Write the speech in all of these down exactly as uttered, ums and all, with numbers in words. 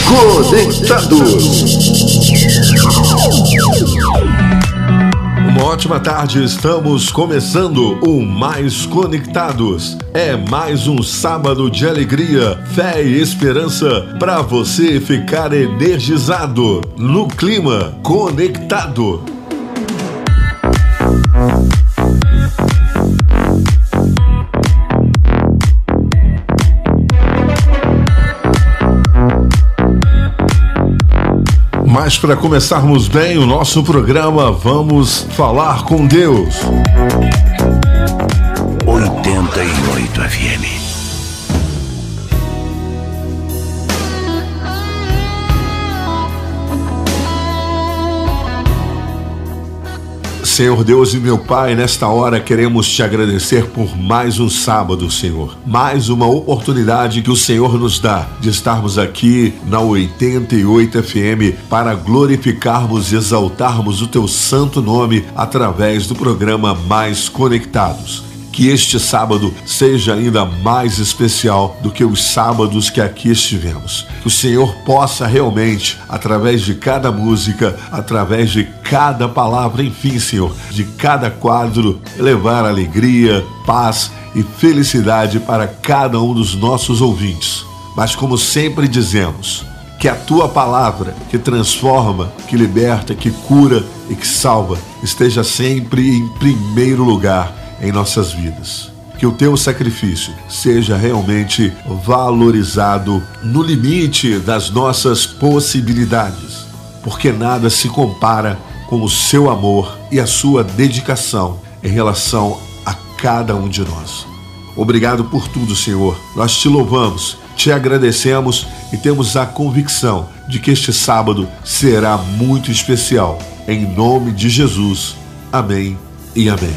Conectados. Uma ótima tarde, estamos começando o Mais Conectados. É mais um sábado de alegria, fé e esperança para você ficar energizado no clima conectado. Mas para começarmos bem o nosso programa, vamos falar com Deus. oitenta e oito F M. Senhor Deus e meu Pai, nesta hora queremos te agradecer por mais um sábado, Senhor. Mais uma oportunidade que o Senhor nos dá de estarmos aqui na oitenta e oito F M para glorificarmos e exaltarmos o teu santo nome através do programa Mais Conectados. Que este sábado seja ainda mais especial do que os sábados que aqui estivemos. Que o Senhor possa realmente, através de cada música, através de cada palavra, enfim, Senhor, de cada quadro, levar alegria, paz e felicidade para cada um dos nossos ouvintes. Mas como sempre dizemos, que a tua palavra, que transforma, que liberta, que cura e que salva, esteja sempre em primeiro lugar em nossas vidas. Que o teu sacrifício seja realmente valorizado no limite das nossas possibilidades, porque nada se compara com o seu amor e a sua dedicação em relação a cada um de nós. Obrigado por tudo, Senhor. Nós te louvamos, te agradecemos e temos a convicção de que este sábado será muito especial. Em nome de Jesus. Amém e amém.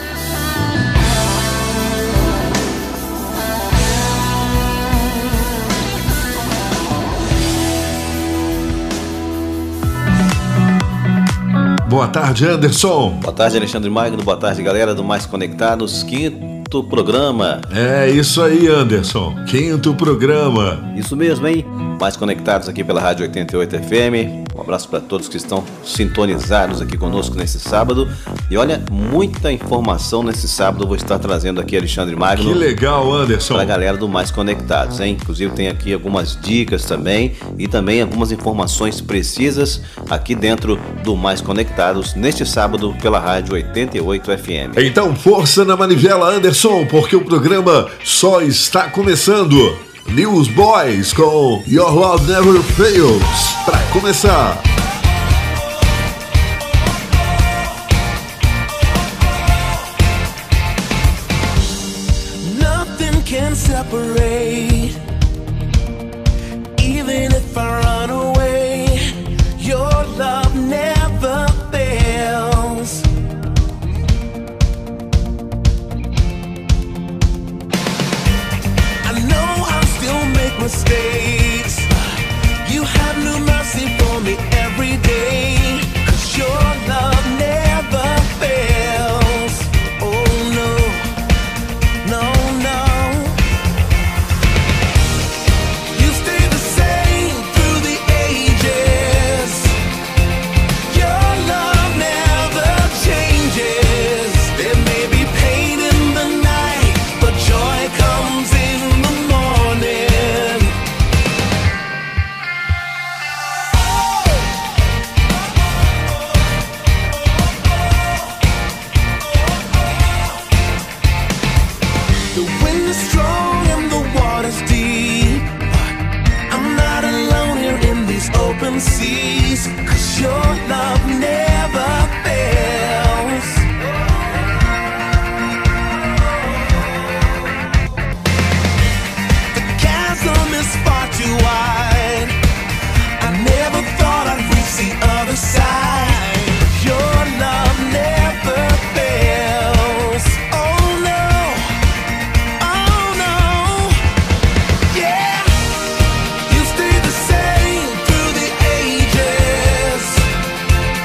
Boa tarde, Anderson. Boa tarde, Alexandre Magno. Boa tarde, galera do Mais Conectados. Quinto programa. É isso aí, Anderson. Quinto programa. Isso mesmo, hein? Mais Conectados aqui pela Rádio oitenta e oito F M. Um abraço para todos que estão sintonizados aqui conosco nesse sábado. E olha, muita informação nesse sábado eu vou estar trazendo aqui, Alexandre Magno. Que legal, Anderson. Para a galera do Mais Conectados, hein? Inclusive tem aqui algumas dicas também e também algumas informações precisas aqui dentro do Mais Conectados neste sábado pela Rádio oitenta e oito F M. Então força na manivela, Anderson, porque o programa só está começando. Newsboys com Your Love Never Fails. Para começar. Nothing can separate. Even if I run away, your love never fails. I know I still make mistakes. You have new mercy for me every day. 'Cause your love never fails. Oh no, no, no. You stay the same through the ages. Your love never changes. There may be pain in the night, but joy comes in the morning. The wind is strong and the water's deep. I'm not alone here in these open seas. 'Cause your love never fails. The chasm is far too wide. I never thought I'd reach the other side. Your love never fails. Oh no, oh no. Yeah, you stay the same through the ages.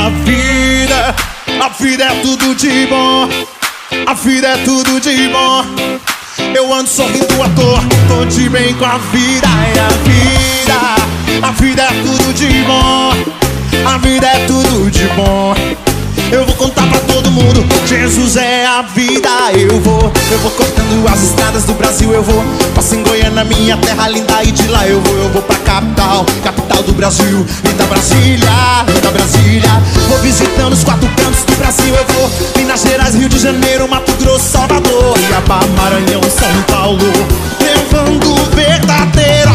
a vida. A vida é tudo de bom. A vida é tudo de bom. Eu ando sorrindo à toa, tô de bem com a vida. É a vida. A vida é tudo de bom. A vida é tudo de bom. Eu vou contar pra todo mundo, Jesus é a vida. Eu vou, eu vou cortando as estradas do Brasil. Eu vou, passo em Goiânia, minha terra linda. E de lá eu vou, eu vou pra capital, capital do Brasil, linda Brasília, linda Brasília. Vou visitando os quatro cantos do Brasil. Eu vou, Minas Gerais, Rio de Janeiro, Mato Grosso, Salvador, Iabá, Maranhão, São Paulo, levando o verdadeiro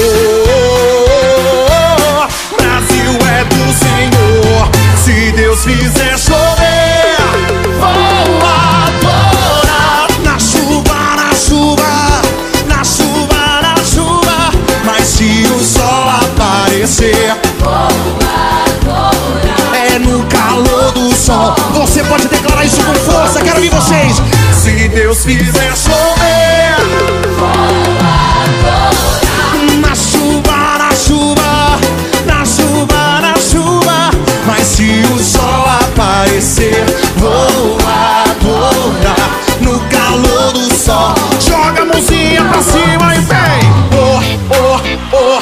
amor. Brasil é do Senhor. Se Deus fizer chover, vou adorar. Na chuva, na chuva, na chuva, na chuva. Mas se o sol aparecer, vou adorar. É no calor do sol. Você pode declarar isso com força, quero ouvir vocês. Se Deus fizer chover, vou adorar. Na chuva, na chuva, na chuva, na chuva. Mas se o sol aparecer, vou adorar. No calor do sol, joga a mãozinha pra cima e vem. Oh, oh, oh,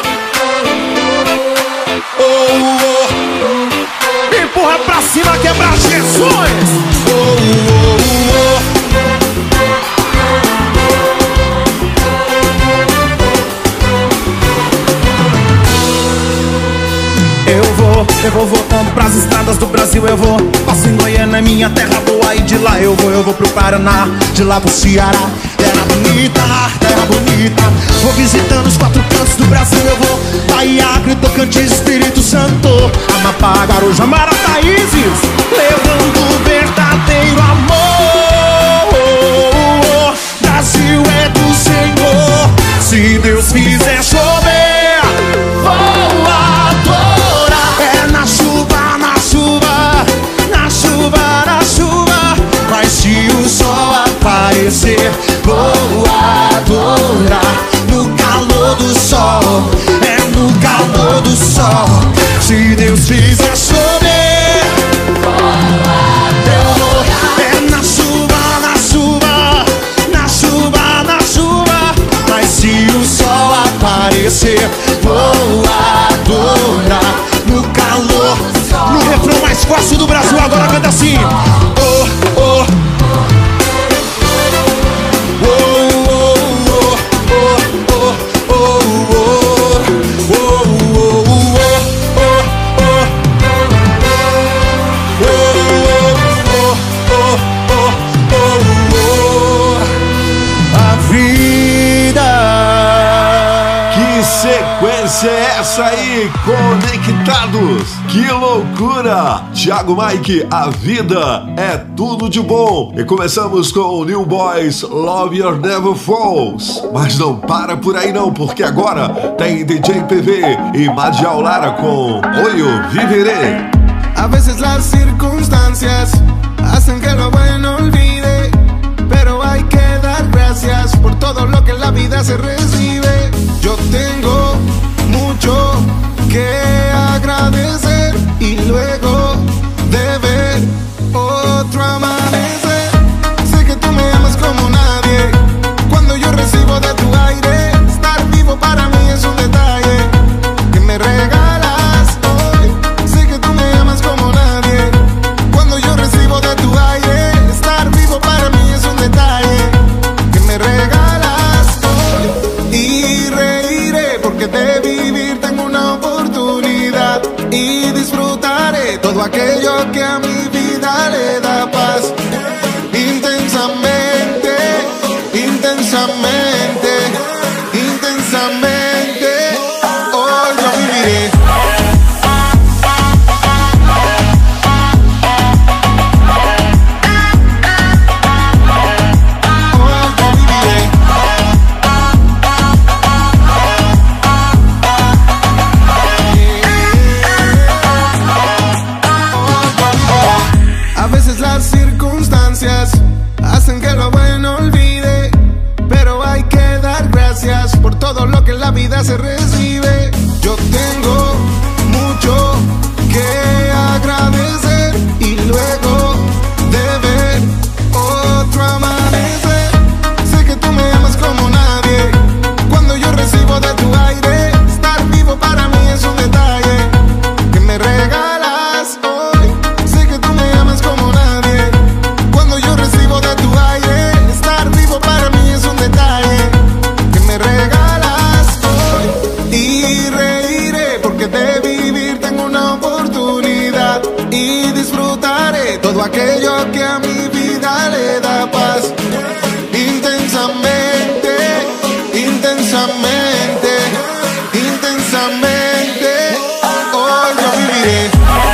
oh, oh. Empurra pra cima, quebra Jesus. Oh, oh, oh. Eu vou, eu vou voltando pras estradas do Brasil. Eu vou, passo em Goiânia, minha terra boa. E de lá eu vou, eu vou pro Paraná, de lá pro Ceará. Terra bonita, terra bonita. Vou visitando os quatro cantos do Brasil. Eu vou, Bahia, Acre, Tocantins, Espírito Santo, Amapá, Guarujá, Marataízes, levando o verdadeiro amor. Brasil é do Senhor. Se Deus fizer chover, vou adorar. É na chuva, na chuva, na chuva, na chuva. Mas se o sol aparecer, vou adorar. No calor do sol, é no calor do sol. Se Deus fizer chover, eu vou. É na chuva, na chuva, na chuva, na chuva. Mas se o sol aparecer, vou adorar. No calor, no refrão mais fácil do Brasil, agora canta assim. Oh, oh. Sequência é essa aí, conectados, que loucura! Thiago Mike, a vida é tudo de bom. E começamos com o New Boys, Love Your Never Falls. Mas não para por aí não, porque agora tem D J P V e Madial Lara com Hoy Yo Viviré. A veces las circunstancias hacen que lo bueno olvide, pero hay que dar gracias por todo lo que en la vida se recibe. Yo tengo mucho que agradecer y luego de ver otro amanecer. Sé que tú me amas como nadie. Cuando yo recibo de tu aire, estar vivo para mí es un detalle que me regalas hoy. Sé que tú me amas como nadie. Cuando yo recibo de tu aire, estar vivo para mí es un detalle que me regalas hoy. Y reiré porque de vivir tengo una oportunidad y disfrutaré todo aquello que a mi vida le da paz. Intensamente, intensamente, intensamente, hoy yo viviré. Las circunstancias hacen que lo bueno olvide, pero hay que todo aquello que a mi vida le da paz. Intensamente, intensamente, intensamente, hoy yo viviré.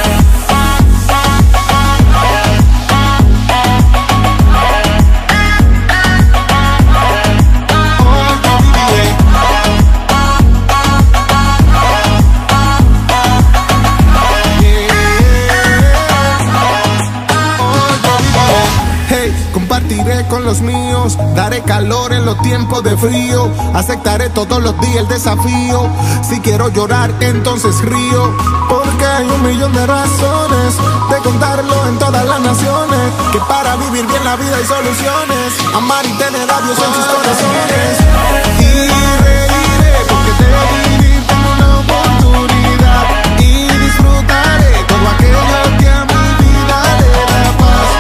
Compartiré con los míos, daré calor en los tiempos de frío, aceptaré todos los días el desafío. Si quiero llorar, entonces río, porque hay un millón de razones de contarlo en todas las naciones, que para vivir bien la vida hay soluciones, amar y tener a Dios en sus corazones. Y reiré porque de vivir tengo una oportunidad, y disfrutaré todo aquello que a mi vida le da paz.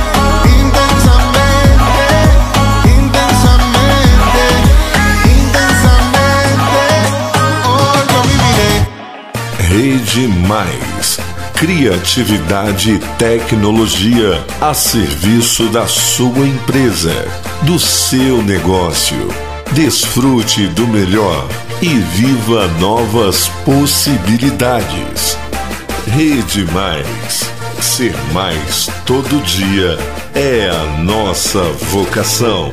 Rede Mais. Criatividade e tecnologia a serviço da sua empresa, do seu negócio. Desfrute do melhor e viva novas possibilidades. Rede Mais. Ser mais todo dia é a nossa vocação.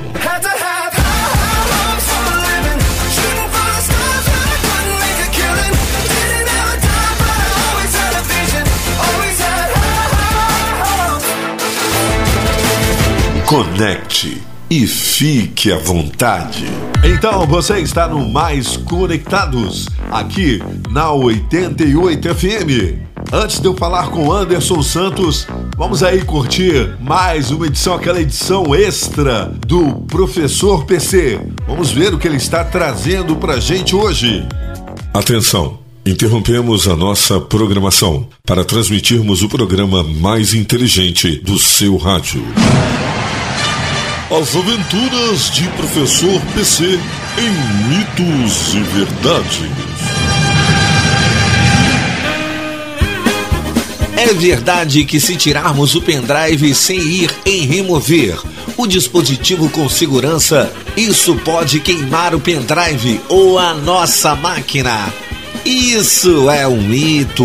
Conecte e fique à vontade. Então você está no Mais Conectados, aqui na oitenta e oito F M. Antes de eu falar com Anderson Santos, vamos aí curtir mais uma edição, aquela edição extra do Professor P C. Vamos ver o que ele está trazendo pra gente hoje. Atenção! Interrompemos a nossa programação para transmitirmos o programa mais inteligente do seu rádio. As aventuras de Professor P C em Mitos e Verdades. É verdade que se tirarmos o pendrive sem ir em remover o dispositivo com segurança, isso pode queimar o pendrive ou a nossa máquina. Isso é um mito.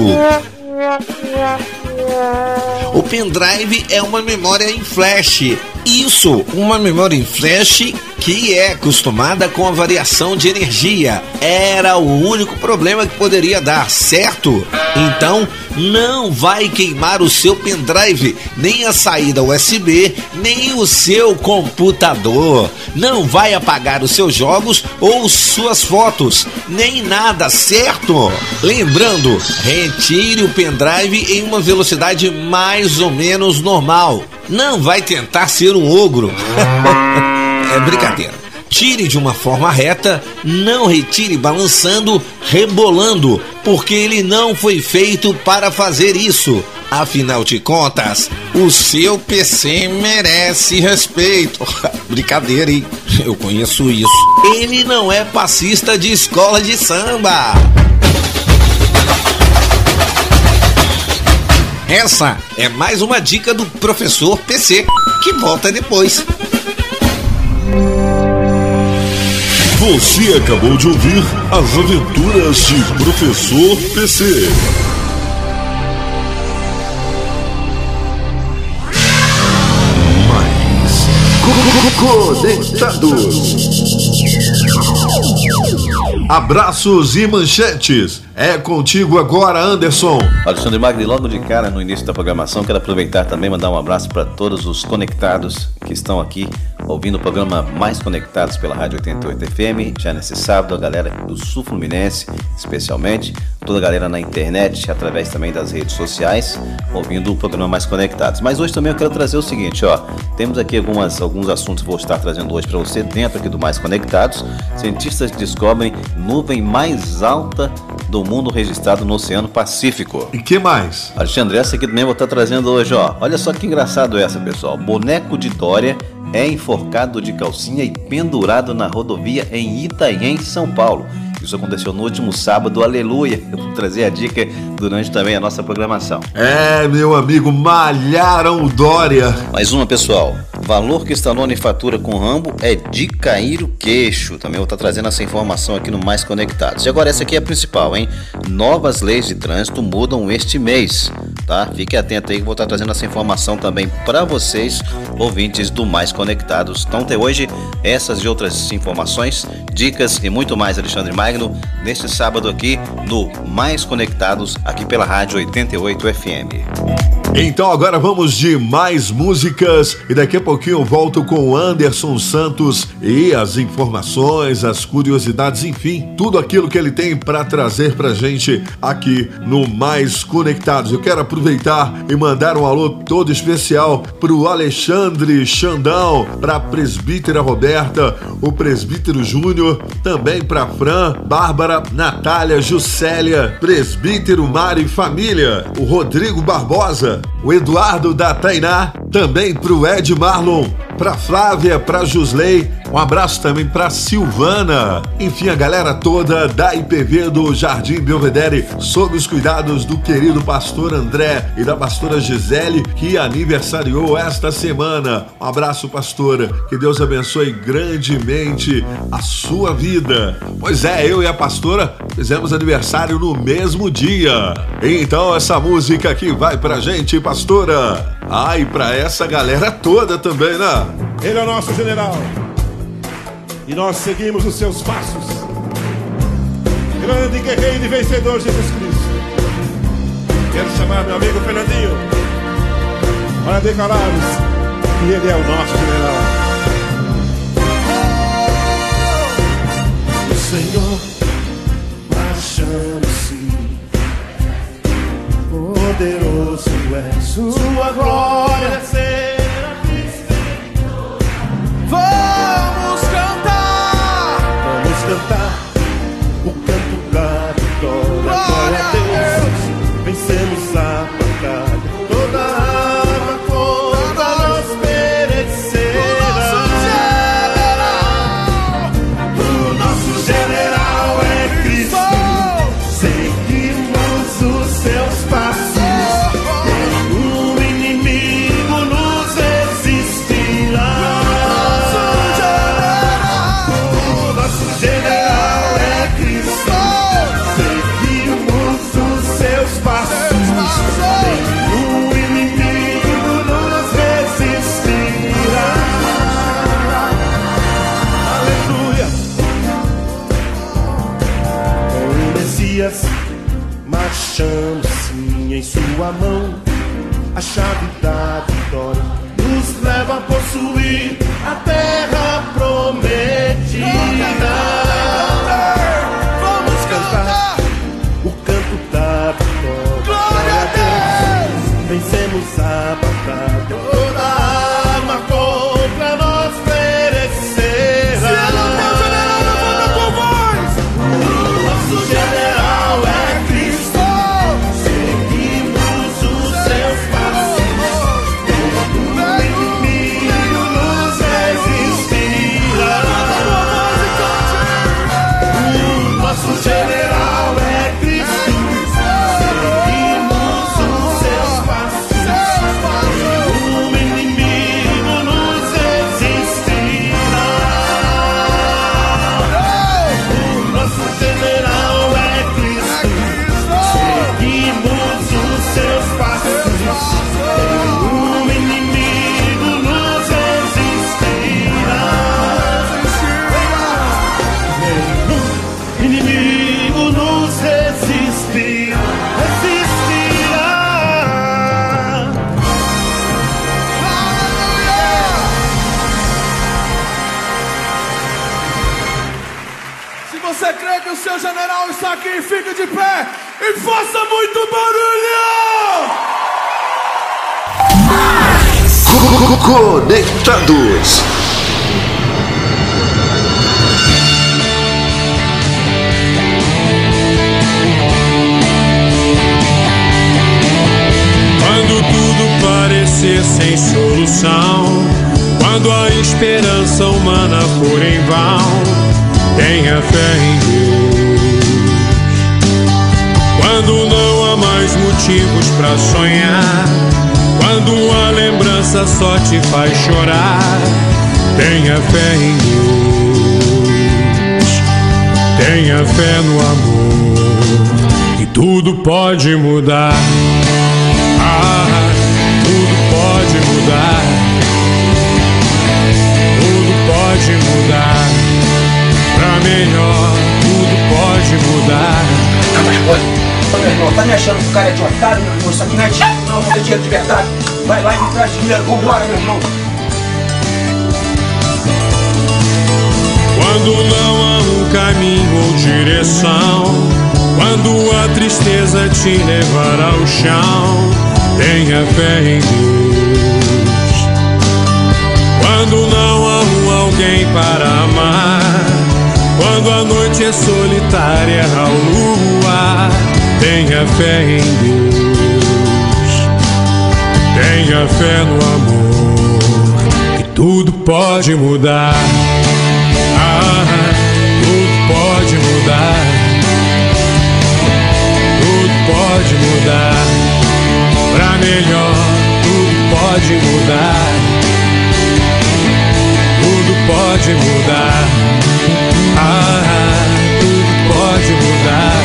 O pendrive é uma memória em flash. Isso, uma memória em flash que é acostumada com a variação de energia. Era o único problema que poderia dar, certo? Então, não vai queimar o seu pendrive, nem a saída U S B, nem o seu computador. Não vai apagar os seus jogos ou suas fotos, nem nada, certo? Lembrando, retire o pendrive em uma velocidade mais ou menos normal. Não vai tentar ser um ogro. É brincadeira. Tire de uma forma reta, não retire balançando, rebolando, porque ele não foi feito para fazer isso. Afinal de contas, o seu P C merece respeito. Brincadeira, hein? Eu conheço isso. Ele não é passista de escola de samba. Essa é mais uma dica do Professor P C, que volta depois. Você acabou de ouvir As Aventuras de Professor P C. Mais Conectados. Abraços e manchetes. É contigo agora, Anderson. Alexandre Magri, logo de cara no início da programação, quero aproveitar também e mandar um abraço para todos os conectados que estão aqui ouvindo o programa Mais Conectados pela Rádio oitenta e oito F M, já nesse sábado, a galera do Sul Fluminense, especialmente, toda a galera na internet, através também das redes sociais, ouvindo o programa Mais Conectados. Mas hoje também eu quero trazer o seguinte, ó, temos aqui algumas, alguns assuntos que vou estar trazendo hoje para você dentro aqui do Mais Conectados. Cientistas descobrem nuvem mais alta do mundo registrado no Oceano Pacífico. E que mais? Alexandre, essa aqui também eu vou estar trazendo hoje, ó. Olha só que engraçado essa, pessoal. Boneco de Dória é enforcado de calcinha e pendurado na rodovia em Itanhaém, São Paulo. Isso aconteceu no último sábado, aleluia. Eu vou trazer a dica durante também a nossa programação. É, meu amigo, malharam o Dória. Mais uma, pessoal. Valor que Stallone fatura com Rambo é de cair o queixo. Também vou estar trazendo essa informação aqui no Mais Conectados. E agora essa aqui é a principal, hein? Novas leis de trânsito mudam este mês, tá? Fique atento aí que vou estar trazendo essa informação também para vocês, ouvintes do Mais Conectados. Então tem hoje essas e outras informações, dicas e muito mais, Alexandre Magno, neste sábado aqui no Mais Conectados, aqui pela Rádio oitenta e oito F M. Então agora vamos de mais músicas e daqui a pouquinho eu volto com o Anderson Santos e as informações, as curiosidades, enfim, tudo aquilo que ele tem para trazer pra gente aqui no Mais Conectados. Eu quero aproveitar e mandar um alô todo especial pro Alexandre Xandão, pra presbítera Roberta, o presbítero Júnior, também pra Fran, Bárbara, Natália, Juscelia, presbítero Mari e família, o Rodrigo Barbosa, o Eduardo da Tainá, também pro Ed Marlon, pra Flávia, pra Jusley, um abraço também pra Silvana, enfim, a galera toda da I P V do Jardim Belvedere, sob os cuidados do querido pastor André e da pastora Gisele, que aniversariou esta semana. Um abraço, pastora, que Deus abençoe grandemente a sua vida. Pois é, eu e a pastora fizemos aniversário no mesmo dia. Então essa música aqui vai pra gente, pastora. Ah, e pra essa galera toda também, né? Ele é o nosso general e nós seguimos os seus passos. Grande guerreiro e vencedor Jesus Cristo. Quero chamar meu amigo Fernandinho para declararmos que ele é o nosso general. O Senhor marchando-se, poderoso é sua glória. Vamos cantar, vamos cantar o canto da vitória. Glória a Deus, vencemos a batalha. Toda arma contra nós perecerá. O nosso general é Cristo. Seguimos os seus passos. Nenhum inimigo nos resistirá. Marchando sim em sua mão, a chave da vitória nos leva a possuir a terra prometida. Vamos cantar o canto da vitória. Glória a Deus, vencemos a batalha. Toda arma contra nós perecerá. Se ele é o teu general, levanta tua voz. O nosso general é general é Cristo, seguimos os seus passos, nenhum inimigo nos resistirá. O nosso general é Cristo, seguimos os seus passos, nenhum inimigo nos resistirá. Nenhum inimigo nos resistirá, resistirá. Se você crê que o seu general está aqui, fique de pé e faça muito barulho! Conectados. Quando tudo parecer sem solução, quando a esperança humana for em vão, tenha fé em Deus. motivos pra sonhar. Quando a lembrança só te faz chorar, tenha fé em Deus, tenha fé no amor, que tudo pode mudar. Ah, tudo pode mudar, tudo pode mudar pra melhor, tudo pode mudar. Tá mais coisa? Ô meu irmão, tá me achando que o cara é de otário, meu irmão? Isso aqui não é dinheiro, não, não é dinheiro de verdade. Vai lá e me traz dinheiro, vambora, meu irmão. Quando não há um caminho ou direção, quando a tristeza te levar ao chão, tenha fé em Deus. Quando não há um alguém para amar, quando a noite é solitária ao luar, tenha fé em Deus, tenha fé no amor, que tudo pode mudar. Ah, tudo pode mudar, tudo pode mudar pra melhor, tudo pode mudar, tudo pode mudar. Ah, tudo pode mudar,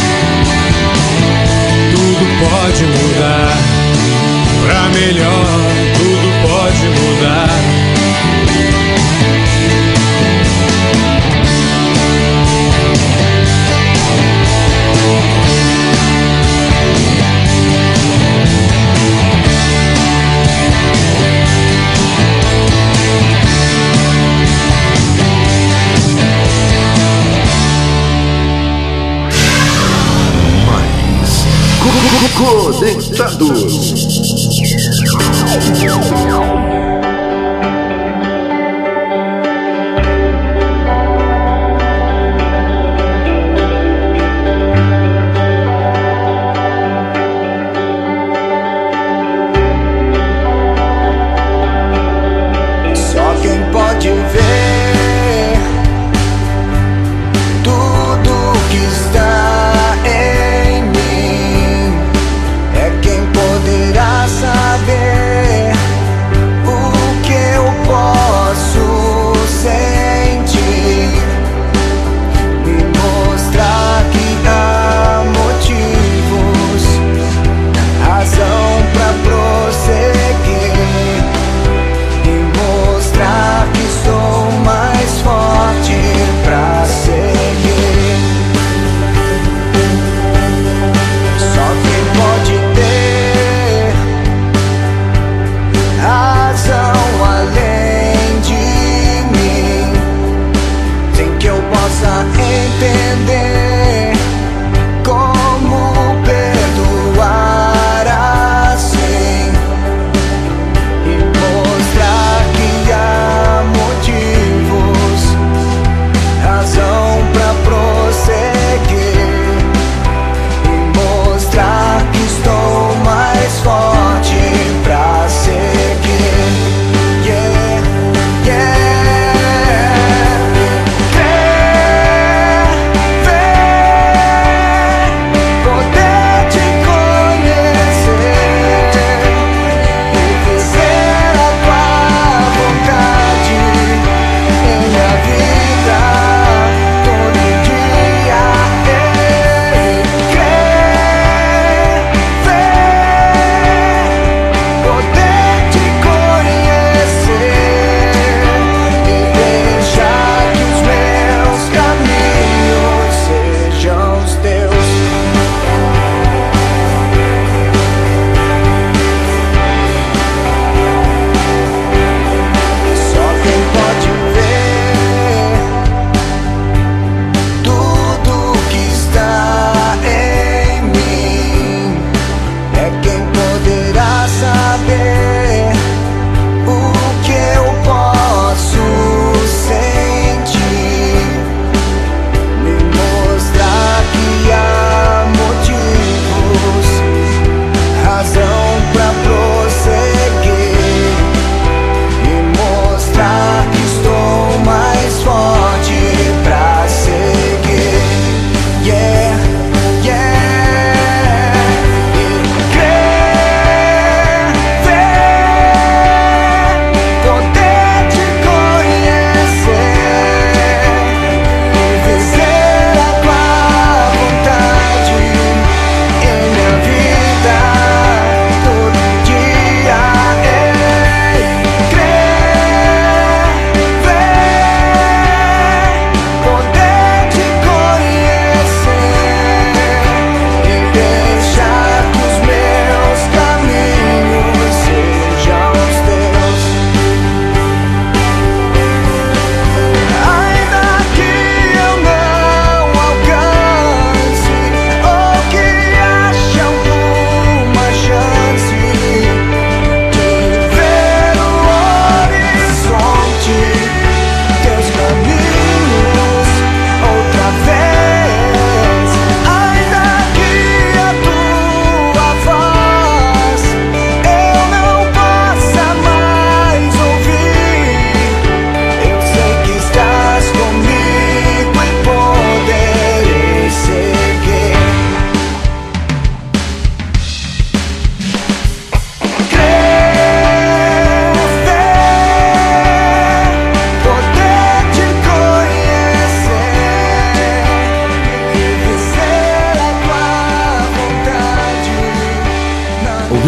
tudo pode mudar pra melhor, tudo pode mudar. Conectados. Só quem pode ver tudo que está em mim é quem poderá saber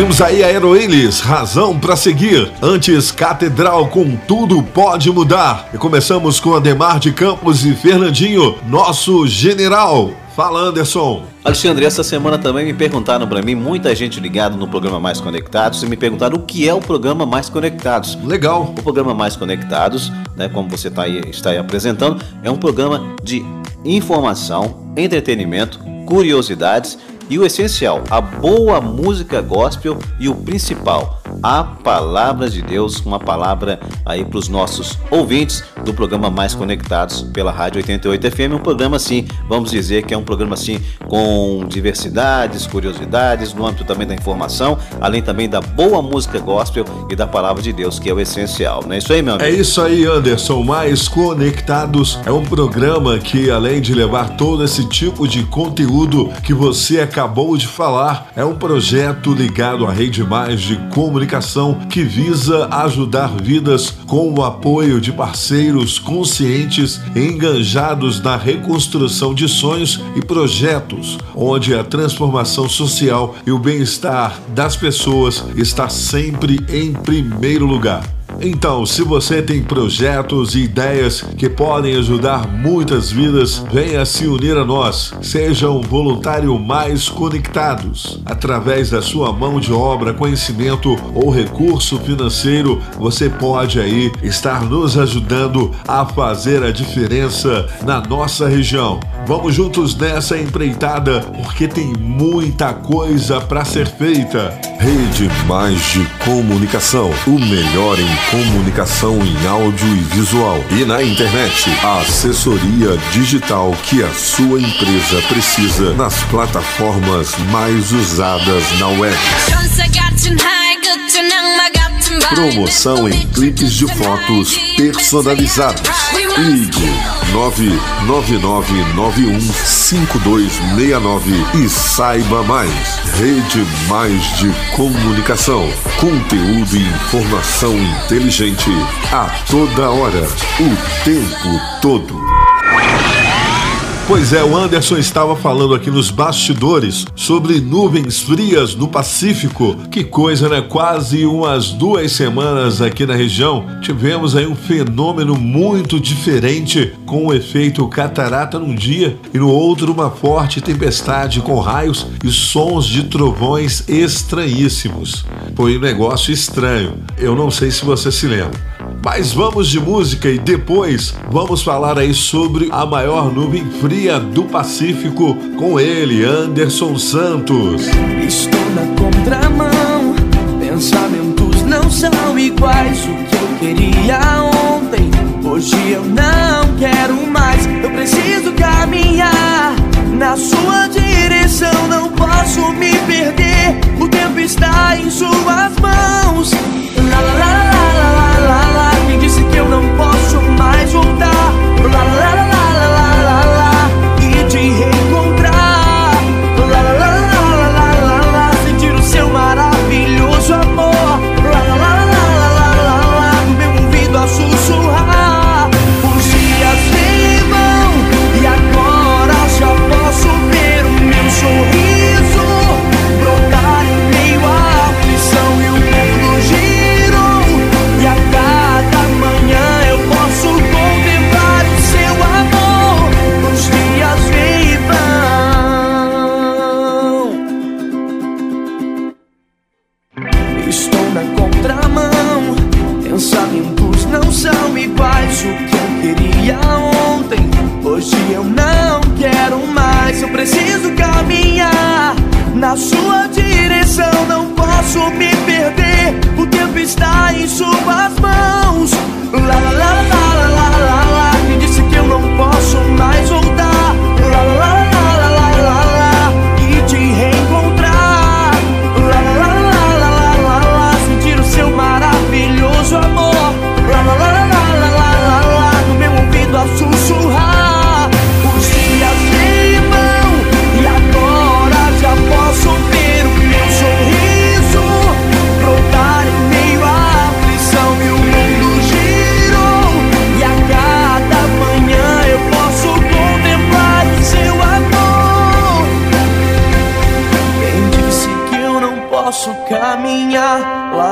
Ouvimos aí a Aeroelis, Razão pra Seguir. Antes, Catedral com Tudo Pode Mudar. E começamos com Ademar de Campos e Fernandinho, Nosso General. Fala, Anderson. Alexandre, essa semana também me perguntaram para mim, muita gente ligada no programa Mais Conectados, e me perguntaram o que é o programa Mais Conectados. Legal. O programa Mais Conectados, né, como você tá aí, está aí apresentando, é um programa de informação, entretenimento, curiosidades e o essencial, a boa música gospel e o principal, a palavra de Deus, uma palavra aí para os nossos ouvintes do programa Mais Conectados pela Rádio oitenta e oito F M, um programa assim, vamos dizer que é um programa assim com diversidades, curiosidades, no âmbito também da informação, além também da boa música gospel e da palavra de Deus, que é o essencial, não é isso aí, meu amigo? É isso aí, Anderson. Mais Conectados é um programa que, além de levar todo esse tipo de conteúdo que você acabou de falar, é um projeto ligado à Rede Mais de Comunicação que visa ajudar vidas com o apoio de parceiros conscientes e engajados na reconstrução de sonhos e projetos, onde a transformação social e o bem-estar das pessoas está sempre em primeiro lugar. Então, se você tem projetos e ideias que podem ajudar muitas vidas, venha se unir a nós. Seja um voluntário Mais Conectados. Através da sua mão de obra, conhecimento ou recurso financeiro, você pode aí estar nos ajudando a fazer a diferença na nossa região. Vamos juntos nessa empreitada, porque tem muita coisa para ser feita. Rede Mais de Comunicação, o melhor em comunicação em áudio e visual. E na internet, a assessoria digital que a sua empresa precisa nas plataformas mais usadas na web. Promoção em clipes de fotos personalizados. Ligue nove nove nove nove um cinco dois seis nove e saiba mais. Rede Mais de Comunicação. Conteúdo e informação inteligente a toda hora, o tempo todo. Pois é, o Anderson estava falando aqui nos bastidores sobre nuvens frias no Pacífico. Que coisa, né? Quase umas duas semanas aqui na região tivemos aí um fenômeno muito diferente, com o efeito catarata num dia e no outro uma forte tempestade com raios e sons de trovões estranhíssimos. Foi um negócio estranho. Eu não sei se você se lembra. Mas vamos de música e depois vamos falar aí sobre a maior nuvem fria do Pacífico com ele, Anderson Santos. Estou na contramão, pensamentos não são iguais. O que eu queria ontem, hoje eu não quero mais. Eu preciso caminhar na sua direção, não posso me perder. O tempo está em suas mãos. Lá, lá, lá, lá, lá, lá. Quem disse que eu não posso mais voltar? Lá, lá, lá, lá, lá, lá, lá. E te reencontrar. Lá, lá, lá, lá, lá, lá, lá. Sentir o seu maravilhoso amor. Lá, lá, lá, lá, lá, lá, lá. No meu ouvido a sussurrar. Os dias vêm e vão, e agora já posso ver o meu sorriso brotar em meio à aflição e o mundo girou. E a cada manhã eu posso contemplar o seu amor. Os dias vêm e vão. Estou na contramão, pensamentos não são iguais. O que eu queria ontem, hoje eu não quero mais. Eu preciso caminhar na sua direção, não posso me perder. O tempo está em suas mãos. Lá, lá, lá, lá, lá, lá, lá. Quem disse que eu não posso mais voltar? Lá, lá, lá, lá, lá, lá, lá. E te reencontrar. Lá, lá, lá, lá, lá, lá, lá. Sentir o seu maravilhoso amor. Lá, lá, lá, lá, lá, lá, lá, lá. No meu ouvido a sussurrar. Os dias vêm e vão, e agora já posso ver o meu sorriso brotar em meio à aflição e o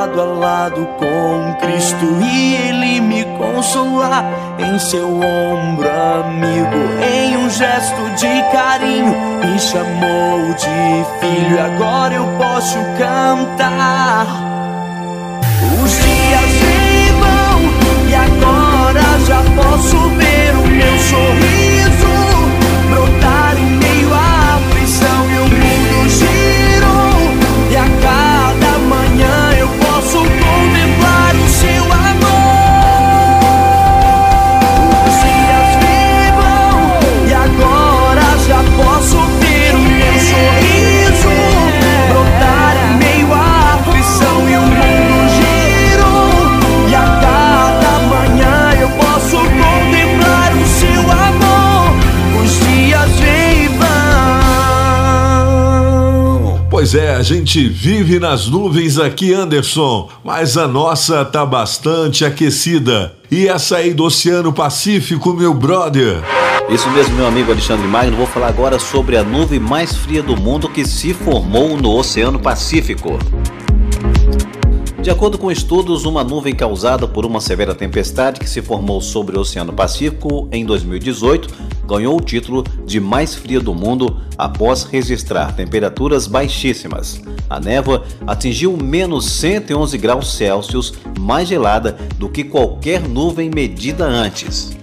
lado a lado com Cristo e Ele me consolar em seu ombro amigo. Em um gesto de carinho me chamou de filho e agora eu posso cantar. Os dias vêm e vão e agora já posso ver o meu sorriso brotar em meio à aflição e o mundo girou e a cada manhã eu posso contemplar o seu amor. Os dias vêm e vão e agora já posso ver o meu sorriso brotar em meio à aflição e o mundo girou e a cada manhã eu posso contemplar o seu amor. Os dias vêm e vão. Pois é, a gente vive nas nuvens aqui, Anderson, mas a nossa tá bastante aquecida. E essa aí do Oceano Pacífico, meu brother? Isso mesmo, meu amigo Alexandre Magno. Vou falar agora sobre a nuvem mais fria do mundo que se formou no Oceano Pacífico. De acordo com estudos, uma nuvem causada por uma severa tempestade que se formou sobre o Oceano Pacífico em dois mil e dezoito ganhou o título de mais fria do mundo após registrar temperaturas baixíssimas. A névoa atingiu menos cento e onze graus Celsius, mais gelada do que qualquer nuvem medida antes.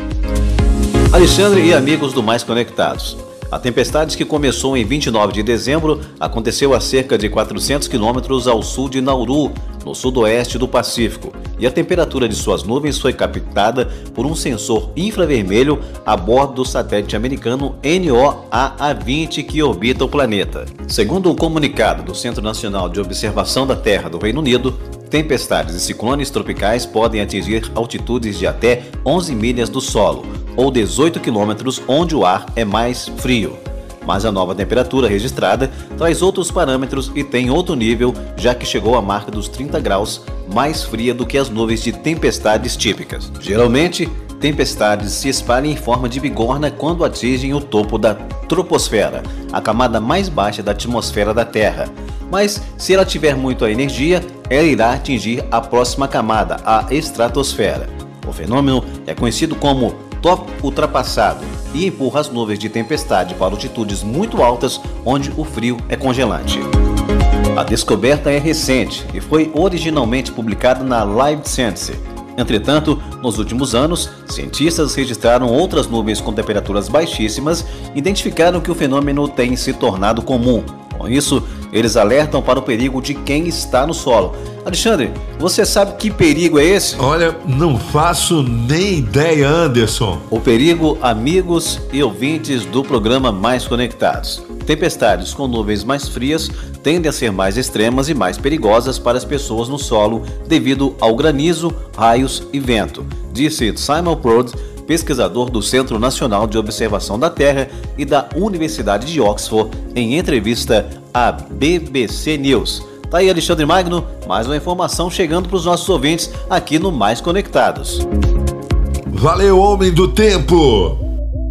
Alexandre e amigos do Mais Conectados. A tempestade, que começou em vinte e nove de dezembro, aconteceu a cerca de quatrocentos quilômetros ao sul de Nauru, no sudoeste do Pacífico, e a temperatura de suas nuvens foi captada por um sensor infravermelho a bordo do satélite americano N O A A vinte que orbita o planeta. Segundo um comunicado do Centro Nacional de Observação da Terra do Reino Unido, tempestades e ciclones tropicais podem atingir altitudes de até onze milhas do solo, ou dezoito quilômetros onde o ar é mais frio. Mas a nova temperatura registrada traz outros parâmetros e tem outro nível, já que chegou à marca dos trinta graus, mais fria do que as nuvens de tempestades típicas. Geralmente, tempestades se espalham em forma de bigorna quando atingem o topo da troposfera, a camada mais baixa da atmosfera da Terra. Mas, se ela tiver muita energia, ela irá atingir a próxima camada, a estratosfera. O fenômeno é conhecido como top ultrapassado e empurra as nuvens de tempestade para altitudes muito altas, onde o frio é congelante. A descoberta é recente e foi originalmente publicada na Live Science. Entretanto, nos últimos anos, cientistas registraram outras nuvens com temperaturas baixíssimas e identificaram que o fenômeno tem se tornado comum. Com isso, eles alertam para o perigo de quem está no solo. Alexandre, você sabe que perigo é esse? Olha, não faço nem ideia, Anderson. O perigo, amigos e ouvintes do programa Mais Conectados. Tempestades com nuvens mais frias tendem a ser mais extremas e mais perigosas para as pessoas no solo devido ao granizo, raios e vento, disse Simon Prode, pesquisador do Centro Nacional de Observação da Terra e da Universidade de Oxford, em entrevista à B B C News. Tá aí, Alexandre Magno, mais uma informação chegando para os nossos ouvintes aqui no Mais Conectados. Valeu, homem do tempo!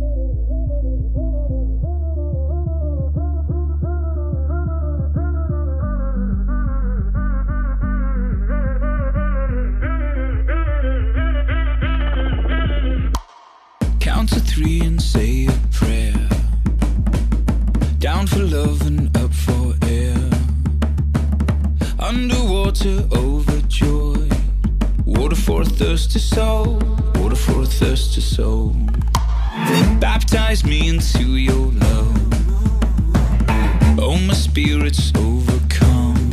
Count to three and say a prayer. Down for love and up for air. Underwater, overjoyed. Water for a thirsty soul. Water for a thirsty soul. Baptize me into your love. Oh, my spirit's overcome.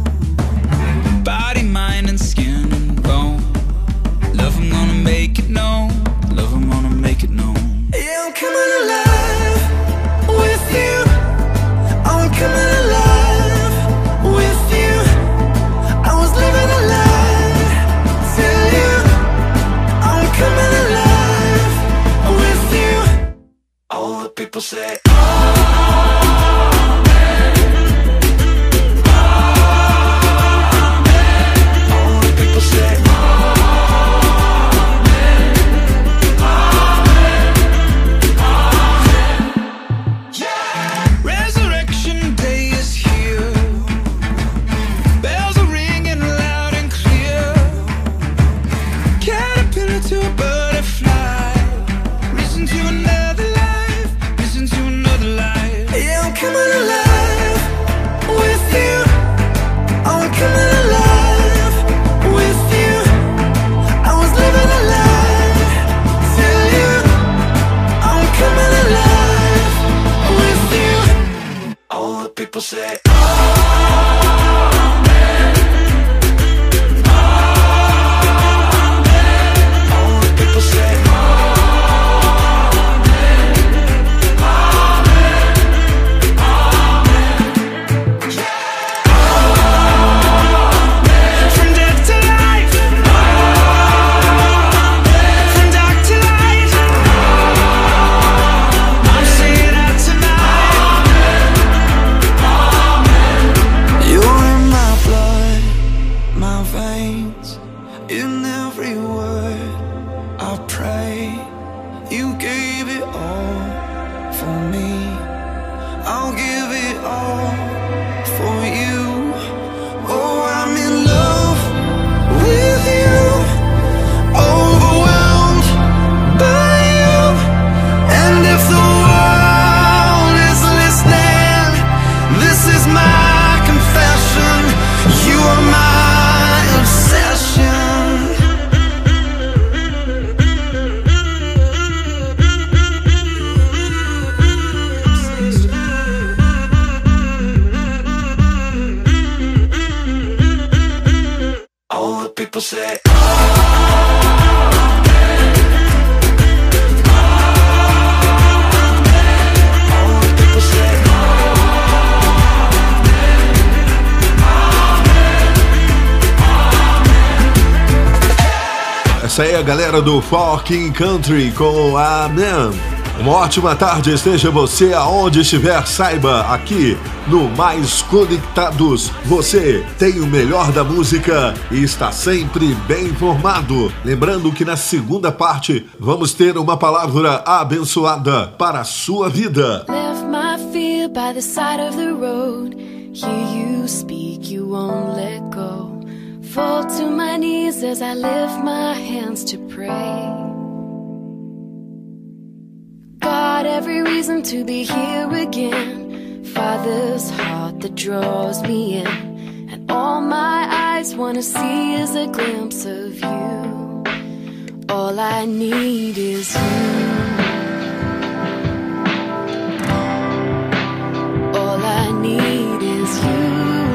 Body, mind, and skin and bone. Love, I'm gonna make it known. Love, I'm gonna make it known. Yeah, I'm coming alive with you. I'm coming alive with you. I was living a lie till you. I'm coming alive with you. All the people say, Resurrection day is here. Bells are ringing loud and say Essa aí é a galera do Forking Country com Amen. Uma ótima tarde, esteja você aonde estiver, saiba, aqui no Mais Conectados, você tem o melhor da música e está sempre bem informado. Lembrando que na segunda parte vamos ter uma palavra abençoada para a sua vida. Left my fear by the side of the road. Hear you speak, you won't let go. Fall to my knees as I lift my hands to pray. Got every reason to be here again. Father's heart that draws me in, and all my eyes wanna see is a glimpse of you. All I need is you. All I need is you.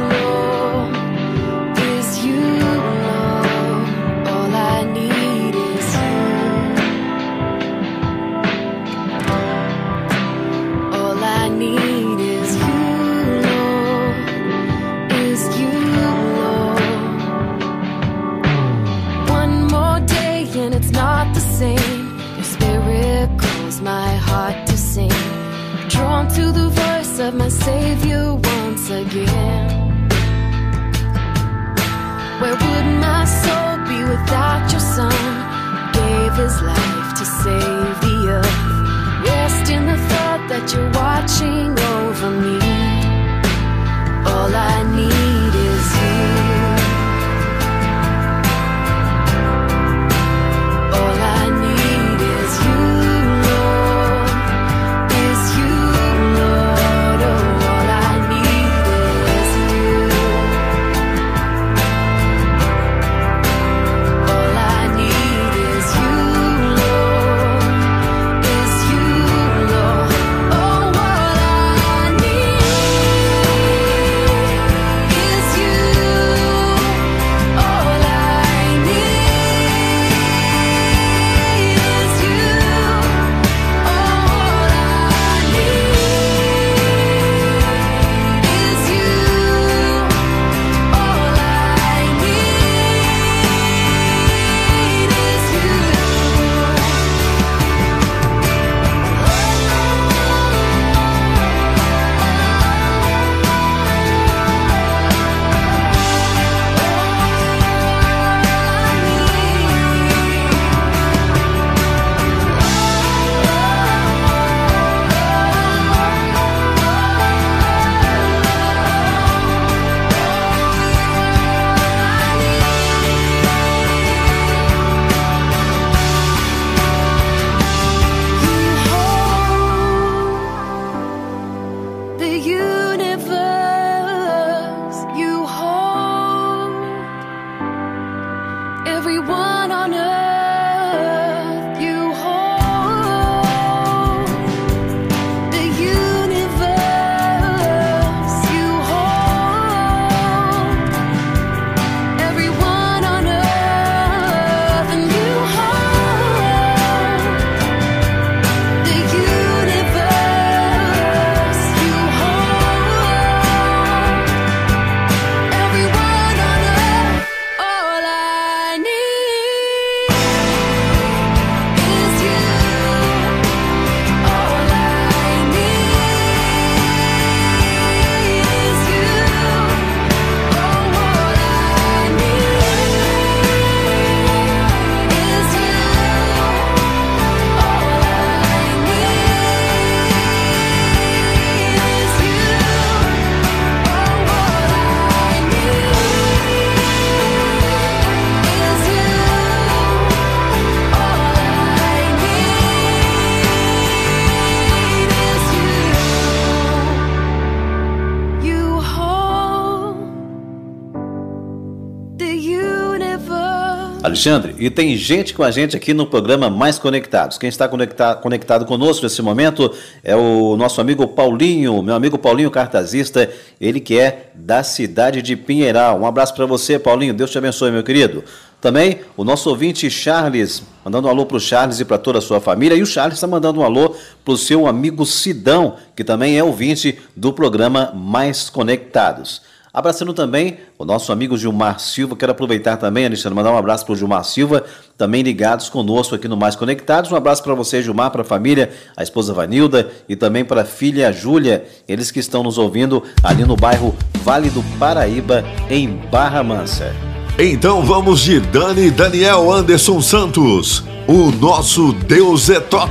Drawn to the voice of my Savior once again. Where would my soul be without your Son? Gave his life to save the earth. Rest in the thought that you're watching over me. All I need is you. All I need is you. You Alexandre, e tem gente com a gente aqui no programa Mais Conectados. Quem está conectado, conectado conosco nesse momento é o nosso amigo Paulinho, meu amigo Paulinho Cartazista, ele que é da cidade de Pinheiral. Um abraço para você, Paulinho, Deus te abençoe, meu querido. Também o nosso ouvinte Charles, mandando um alô para o Charles e para toda a sua família. E o Charles está mandando um alô para o seu amigo Sidão, que também é ouvinte do programa Mais Conectados. Abraçando também o nosso amigo Gilmar Silva. Quero aproveitar também, Alexandre, mandar um abraço para o Gilmar Silva, também ligados conosco aqui no Mais Conectados. Um abraço para você, Gilmar, para a família, a esposa Vanilda e também para a filha Júlia, eles que estão nos ouvindo ali no bairro Vale do Paraíba, em Barra Mansa. Então vamos de Dani Daniel Anderson Santos. O nosso Deus é top.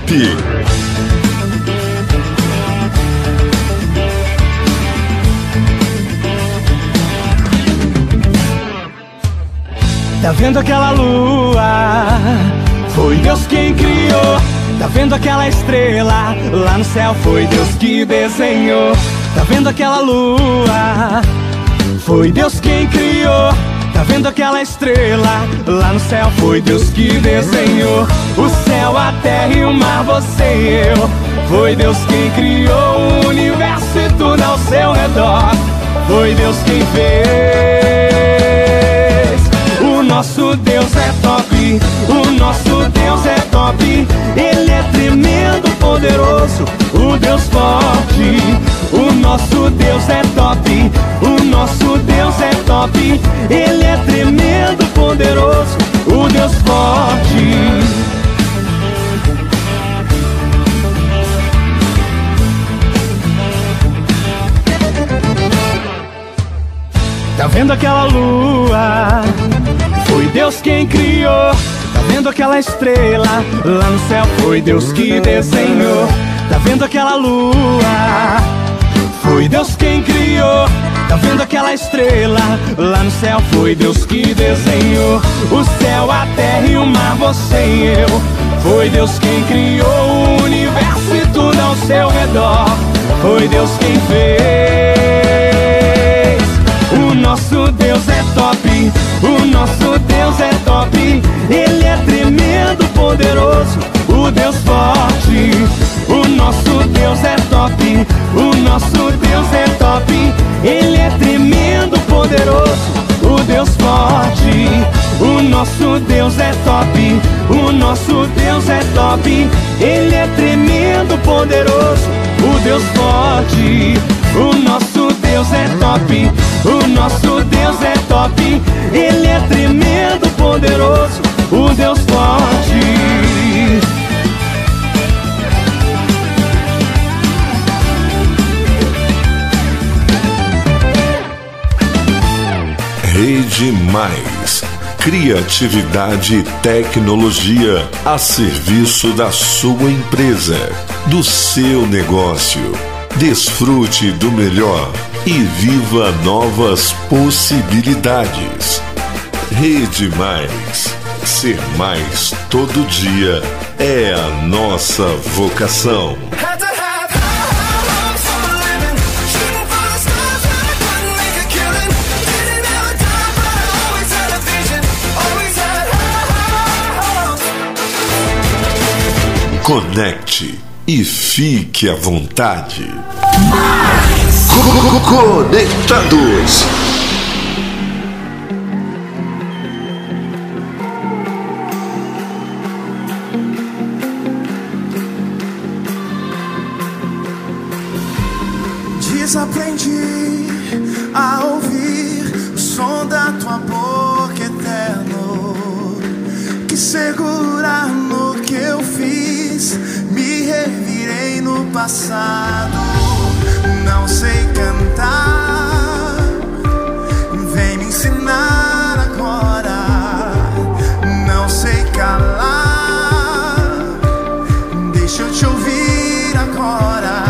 Tá vendo aquela lua? Foi Deus quem criou. Tá vendo aquela estrela? Lá no céu foi Deus que desenhou. Tá vendo aquela lua? Foi Deus quem criou. Tá vendo aquela estrela? Lá no céu foi Deus que desenhou. O céu, a terra e o mar, você e eu. Foi Deus quem criou o universo e tudo ao seu redor. Foi Deus quem fez. O nosso Deus é top, o nosso Deus é top. Ele é tremendo, poderoso, o Deus forte. O nosso Deus é top, o nosso Deus é top. Ele é tremendo, poderoso, o Deus forte. Tá vendo aquela lua? Foi Deus quem criou. Tá vendo aquela estrela? Lá no céu foi Deus que desenhou. Tá vendo aquela lua? Foi Deus quem criou. Tá vendo aquela estrela? Lá no céu foi Deus que desenhou. O céu, a terra e o mar, você e eu. Foi Deus quem criou o universo e tudo ao seu redor. Foi Deus quem fez. O nosso Deus é top, o nosso Deus é top. Ele é tremendo, poderoso, o Deus forte. O nosso Deus é top, o nosso Deus é top. Ele é tremendo, poderoso, o Deus forte. O nosso Deus é top, o nosso Deus é top. Ele é tremendo, poderoso, o Deus forte. O nosso Deus é top, o nosso Deus é top. Ele é tremendo, poderoso, o Deus forte. Rede Mais. Criatividade e tecnologia a serviço da sua empresa, do seu negócio. Desfrute do melhor e viva novas possibilidades. Rede Mais. Ser mais todo dia é a nossa vocação. Conecte e fique à vontade. Conectados. Desaprendi a ouvir o som da tua boca, eterno, que segurar no que eu fiz. Me revirei no passado, não sei cantar. Vem me ensinar agora, não sei calar. Deixa eu te ouvir agora.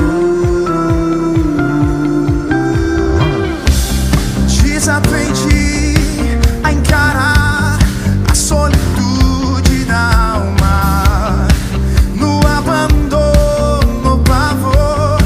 Desaprendi a encarar a solitude da alma. No abandono, pavor,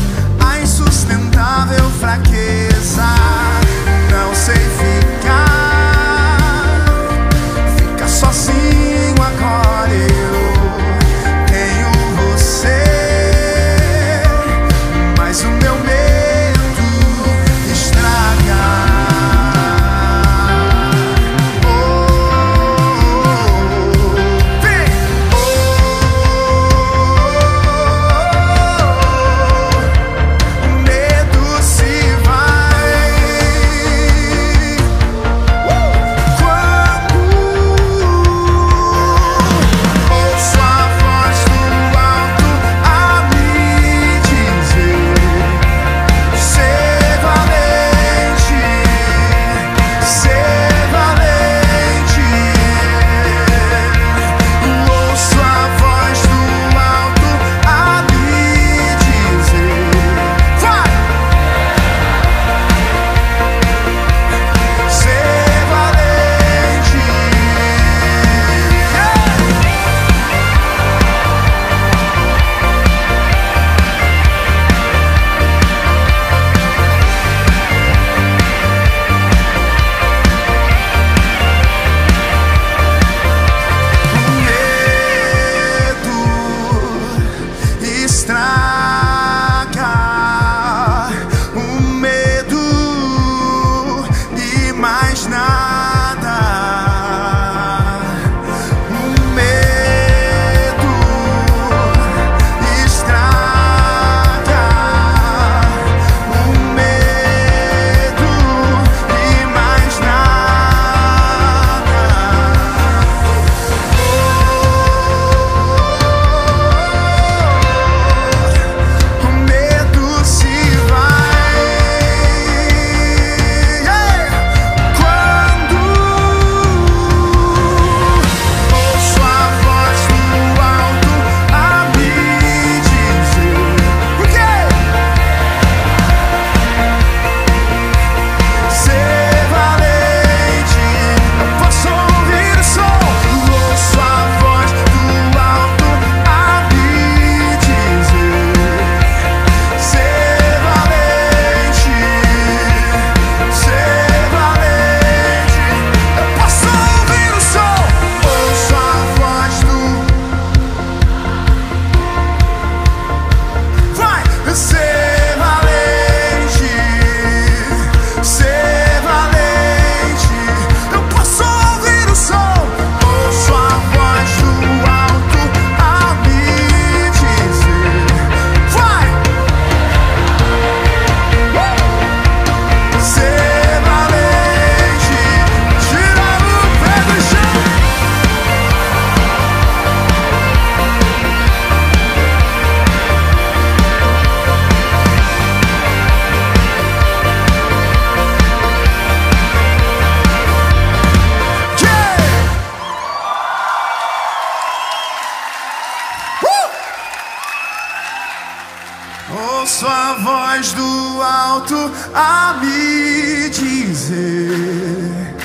voz do alto a me dizer: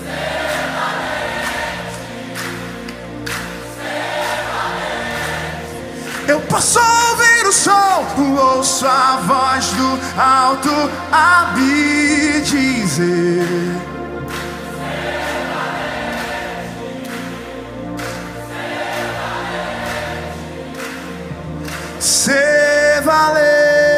eu posso ouvir o som, ouço a voz do alto a me dizer: ser valente.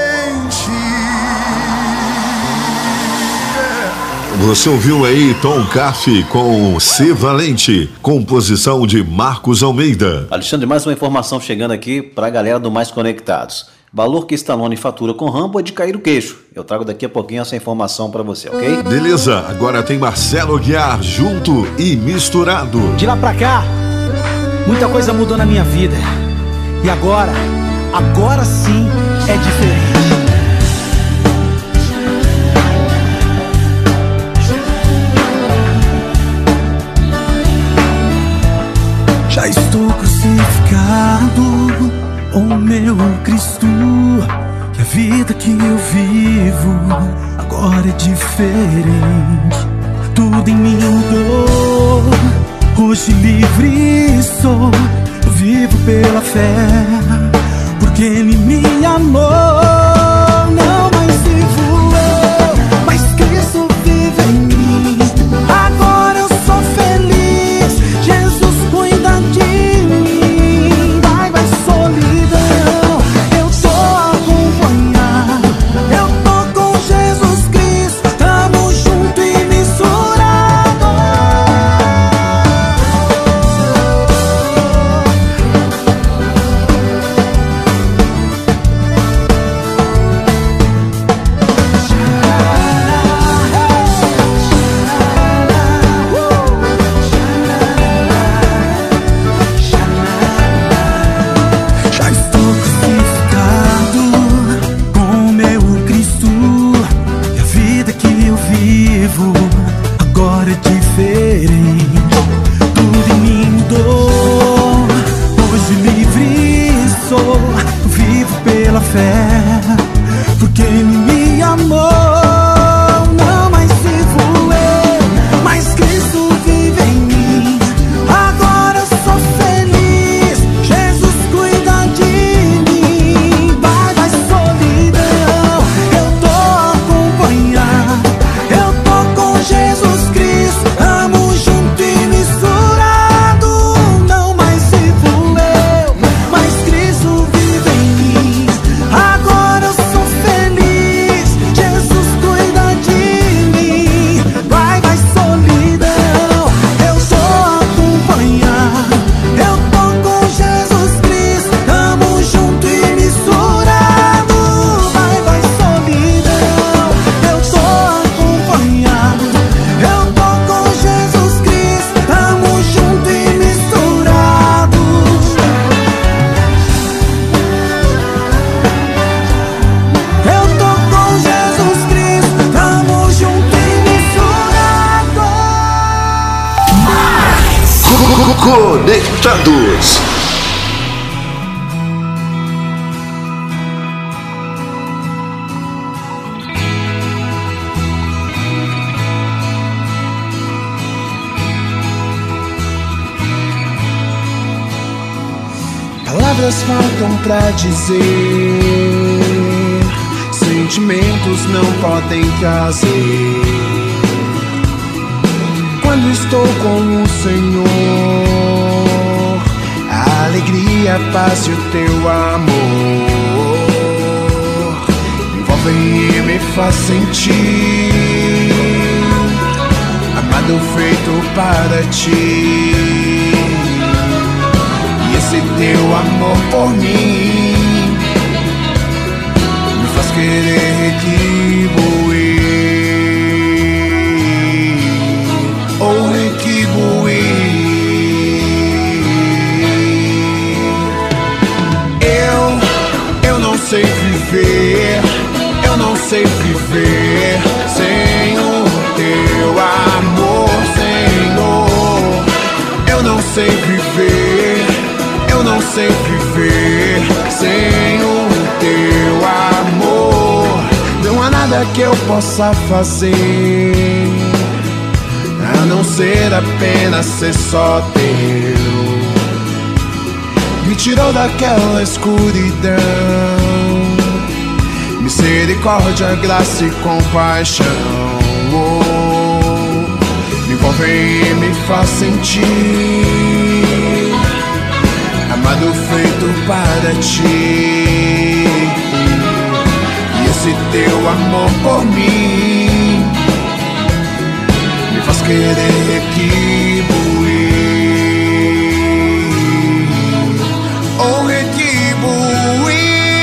Você ouviu aí Tom Caff com Ser Valente, composição de Marcos Almeida. Alexandre, mais uma informação chegando aqui para a galera do Mais Conectados. Valor que Stallone fatura com Rambo é de cair o queixo. Eu trago daqui a pouquinho essa informação para você, ok? Beleza, agora tem Marcelo Aguiar, Junto e Misturado. De lá pra cá, muita coisa mudou na minha vida. E agora, agora sim é diferente. Já estou crucificado, oh meu Cristo, e a vida que eu vivo agora é diferente. Tudo em mim mudou, hoje livre sou, eu vivo pela fé, porque Ele me amou. Não mais vivo eu, mas Cristo vive em mim. Agora eu sou feliz, Jesus cuida de mim. Vai, vai solidão, eu tô acompanhado, eu tô com Jesus Cristo, tamo junto e misturado. Já estou crucificado com o meu Cristo, e a vida que eu vivo agora é diferente. Tudo em mim mudou, hoje livre sou, eu vivo pela fé, porque Ele me amou. Não mais vivo eu, mas Cristo vive em mim. Agora eu sou feliz, Jesus cuida de mim. Vai, vai solidão, eu tô acompanhado, eu tô com Jesus Cristo, amo junto e misturado. Não mais vivo eu, mas Cristo vive em mim. Agora eu sou feliz, Jesus cuida de mim. Vai, vai solidão, eu tô acompanhado, eu tô com Jesus Cristo, tamo junto e misturado. Vai, vai solidão, eu tô acompanhado, eu tô com Jesus Cristo, tamo junto e misturado. Eu tô com Jesus Cristo, tamo junto e misturado. Conectados. Palavras faltam pra dizer, sentimentos não podem trazer. Quando estou com o Senhor, a alegria, a paz e o teu amor envolvem e me faz sentir amado, feito para ti. E esse teu amor por mim me faz querer retribuir, ou retribuir. Eu, eu não sei viver, eu não sei viver sem o teu amor, Senhor. Eu não sei viver, eu não sei viver sem o teu amor. que eu possa fazer, a não ser apenas ser só teu. Me tirou daquela escuridão, misericórdia, graça e compaixão. Oh, me envolve e me faz sentir amado, feito para ti. E esse teu amor por mim me faz querer retribuir. Oh, retribuir.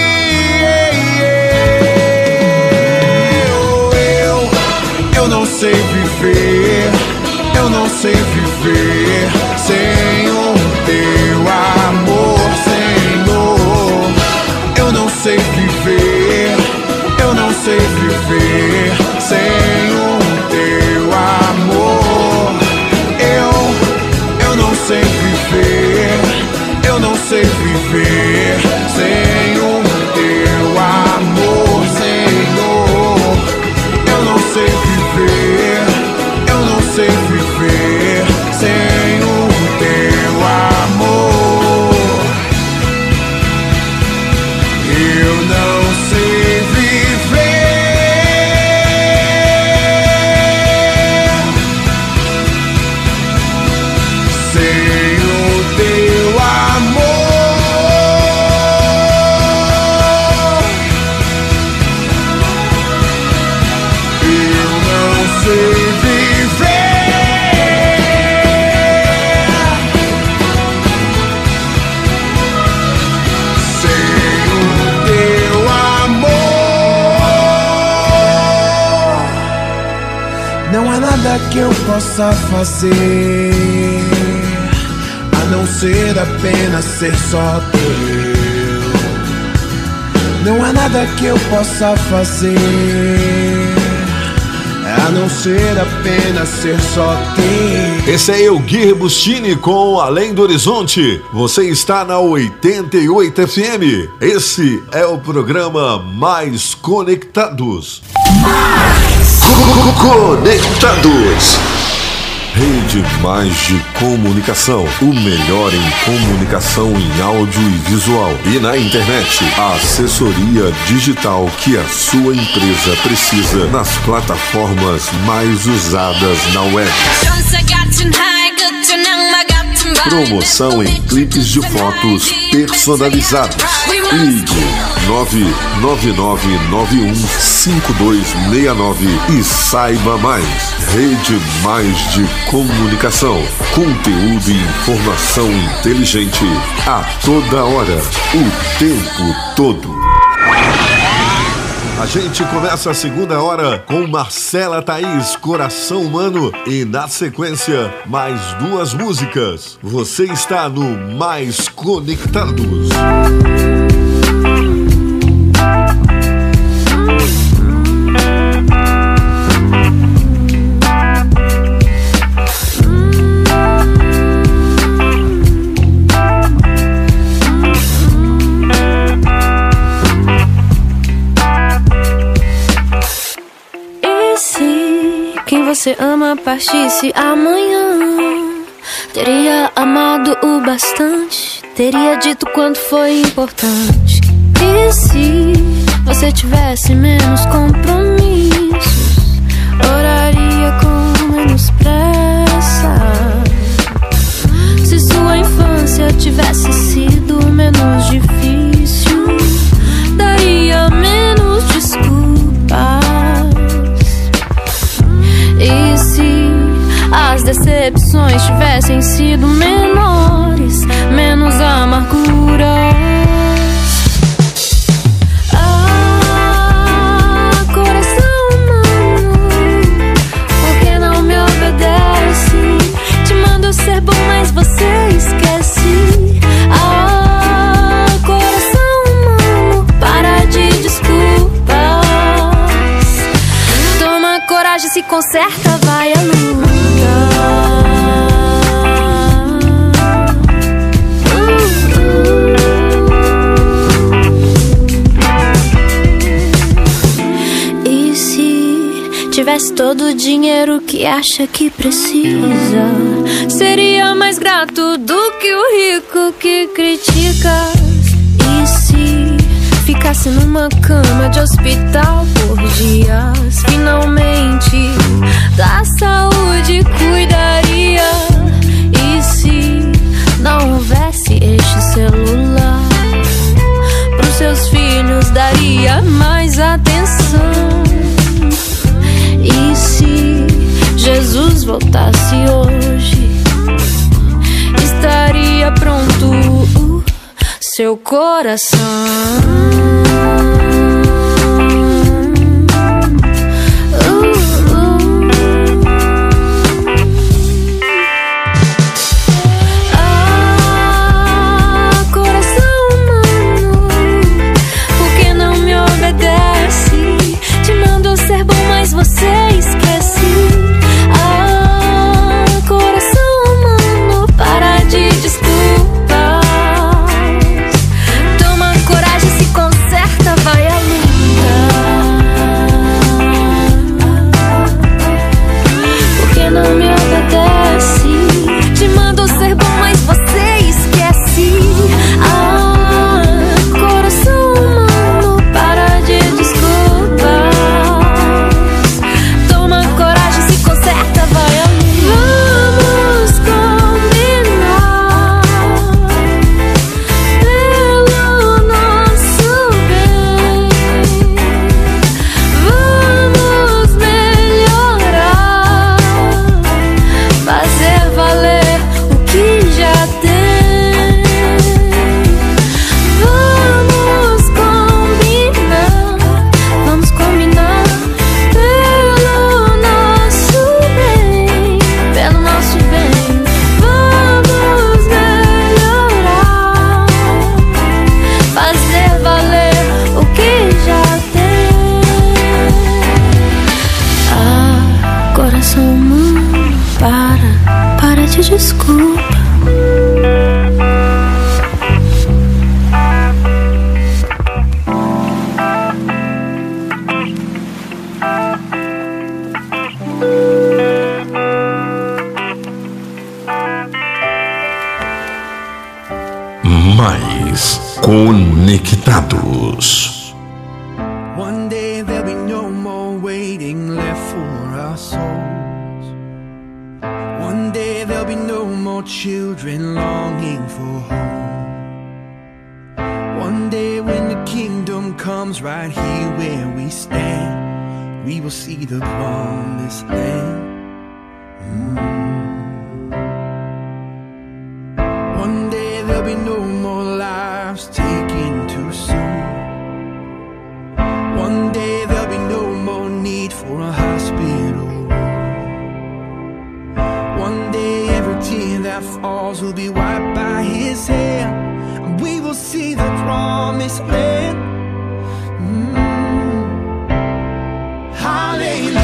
Oh, eu, eu não sei viver, eu não sei viver sem o teu amor, Senhor. Eu não sei viver, eu não sei viver sem o teu amor. Eu, eu não sei viver, eu não sei viver sem o teu amor, Senhor. Eu não sei viver, eu não sei viver sem o teu amor. Eu não sei viver sem o teu amor. Eu não sei viver sem o teu amor. Não há nada que eu possa fazer, a não ser apenas ser só teu. Não há nada que eu possa fazer, a não ser apenas ser só teu. Esse é eu, Gui Rebustini, com Além do Horizonte. Você está na oitenta e oito F M. Esse é o programa Mais Conectados. Conectados. Rede Mais de Comunicação, o melhor em comunicação em áudio e visual. E na internet, a assessoria digital que a sua empresa precisa nas plataformas mais usadas na web. Promoção em clipes de fotos personalizados. Ligue nove nove nove nove um cinco dois seis nove e saiba mais. Rede Mais de Comunicação. Conteúdo e informação inteligente a toda hora, o tempo todo. A gente começa a segunda hora com Marcela Thaís, Coração Humano, e na sequência, mais duas músicas. Você está no Mais Conectados. Você ama partisse amanhã, teria amado o bastante, teria dito quanto foi importante. E se você tivesse menos compromissos, oraria com menos pressa. Se sua infância tivesse sido menos difícil, daria menos desculpas. E se as decepções tivessem sido menores, menos amarguras? Ah, coração humano, por que não me obedece? Te mando ser bom, mas você esquece. Ah, coração humano, para de desculpas. Toma coragem, se conserta, vai à luta. Uh, uh. todo o dinheiro que acha que precisa. Seria mais grato do que o rico que critica. E se ficasse numa cama de hospital por dias, finalmente da saúde cuidaria. E se não houvesse este celular, pros seus filhos daria mais atenção. E se Jesus voltasse hoje, estaria pronto o seu coração. Você esquece. Ah, coração humano, para de desculpas. Toma coragem, se conserta, vai à luta. Porque não me obedece. Te mando ser bom, mas você esquece. Ah, coração humano, para de desculpas. Desculpa. Mais conectados. One day there'll be no more waiting left for our souls. One day there'll be no more children longing for home. One day when the kingdom comes right here where we stand, we will see the promised land. Mm. One day there'll be no more lives taken too soon. One day there'll be no more need for a hospital. One day every tear that falls will be wiped by His hand, and we will see the promised land. Mm. Hallelujah.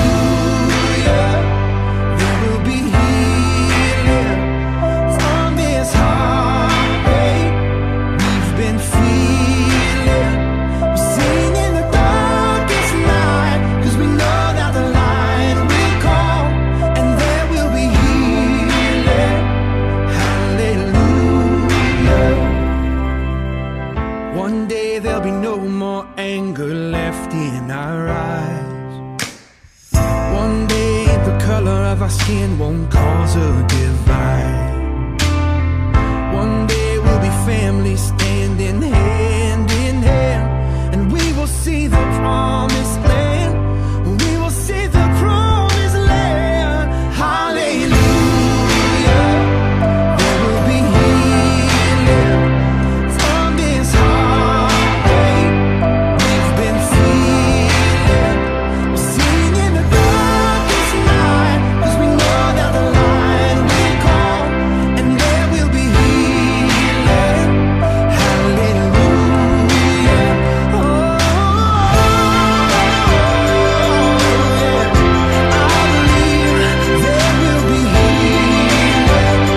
There will be healing from this heartache we've been feeling. We're singing in the darkest night, 'cause we know that the light will come, and there will be healing. Hallelujah. One day there'll be no more anger left in our eyes. One day the color of our skin won't cause a divide. One day we'll be family standing hand in hand, and we will see the promised land. We will see the promised land. Hallelujah. There will be healing from this heartache we've been feeling. We're singing in the darkest night, 'cause we know that the light will come, and there will be healing. Hallelujah. Oh, yeah. I believe there will be healing.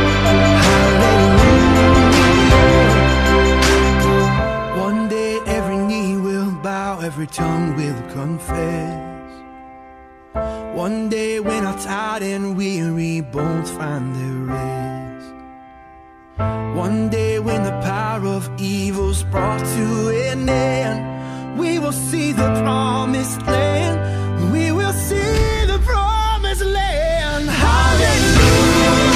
Hallelujah. One day every knee will bow, every tongue will confess. One day when our tired and weary both find their rest. One day when the power of evil's brought to an end, we will see the promised land. We will see the promised land. Hallelujah.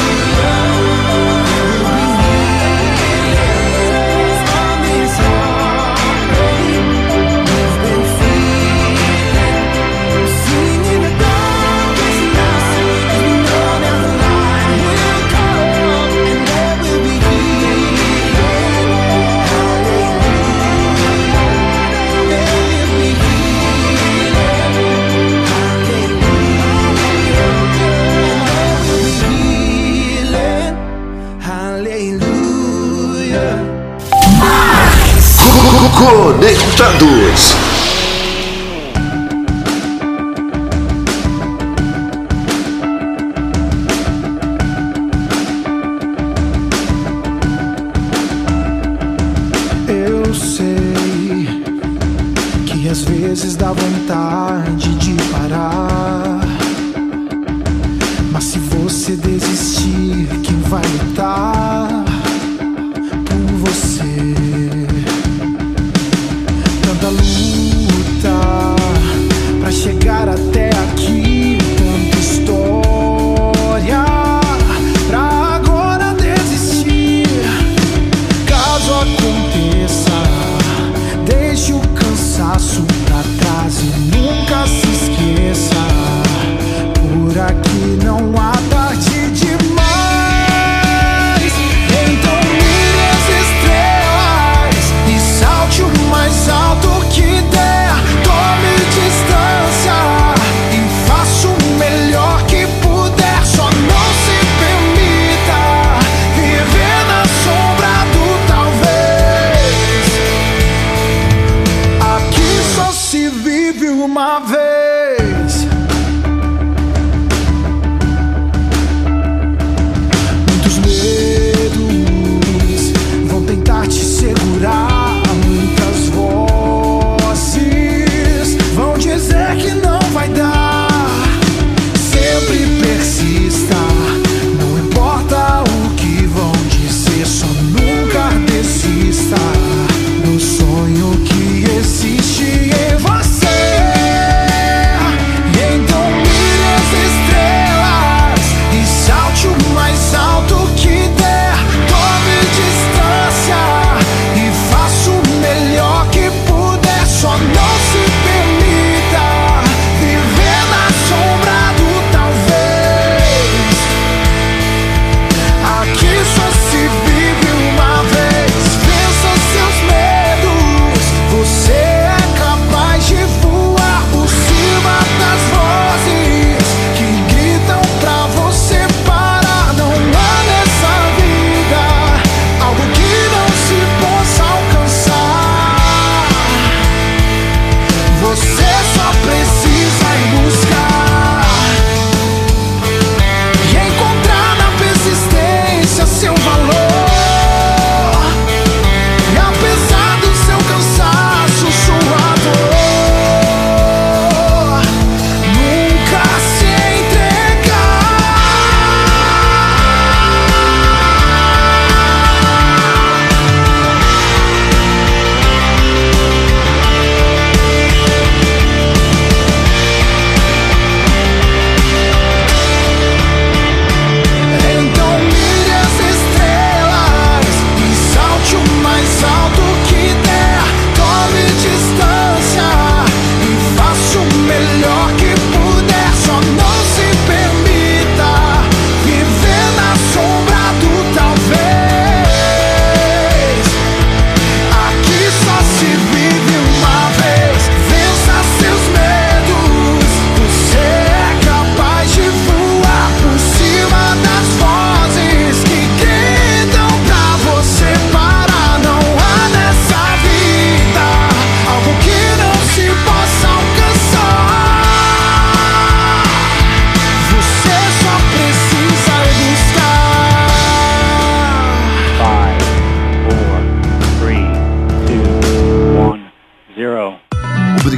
Conectados. Eu sei que às vezes dá vontade de parar, mas se você desistir, quem vai lutar por você? Tanta luta pra chegar até aqui, tanta história pra agora desistir. Caso aconteça, deixe o cansaço pra trás e nunca se esqueça, por aqui não há tarde demais. Então mire as estrelas e salte o mais alto que der. Tome distância e faça o melhor que puder. Só não se permita viver na sombra do talvez. Aqui só se vive uma vez. Muitos medos vão tentar te segurar, muitas vozes vão dizer que não vai dar. Sempre persista, não importa o que vão dizer, só nunca desista do sonho que existe em você. E então mire as estrelas e salte o mais alto que der.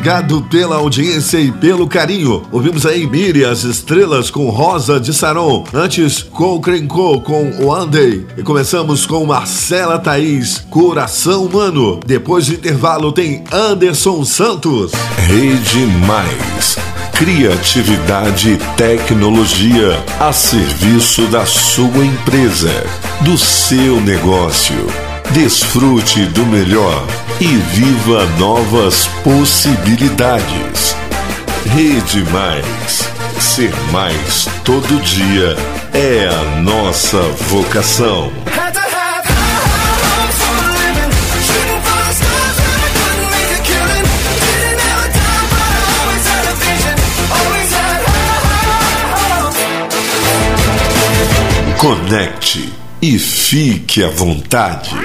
obrigado pela audiência e pelo carinho. Ouvimos aí Miri, as estrelas com Rosa de Saron. Antes, Cocrenco com One Day. E começamos com Marcela Thaís, Coração Humano. Depois do intervalo tem Anderson Santos. Rede Mais. Criatividade e tecnologia a serviço da sua empresa, do seu negócio. Desfrute do melhor e viva novas possibilidades. Rede Mais. Ser mais todo dia é a nossa vocação. Conecte e fique à vontade.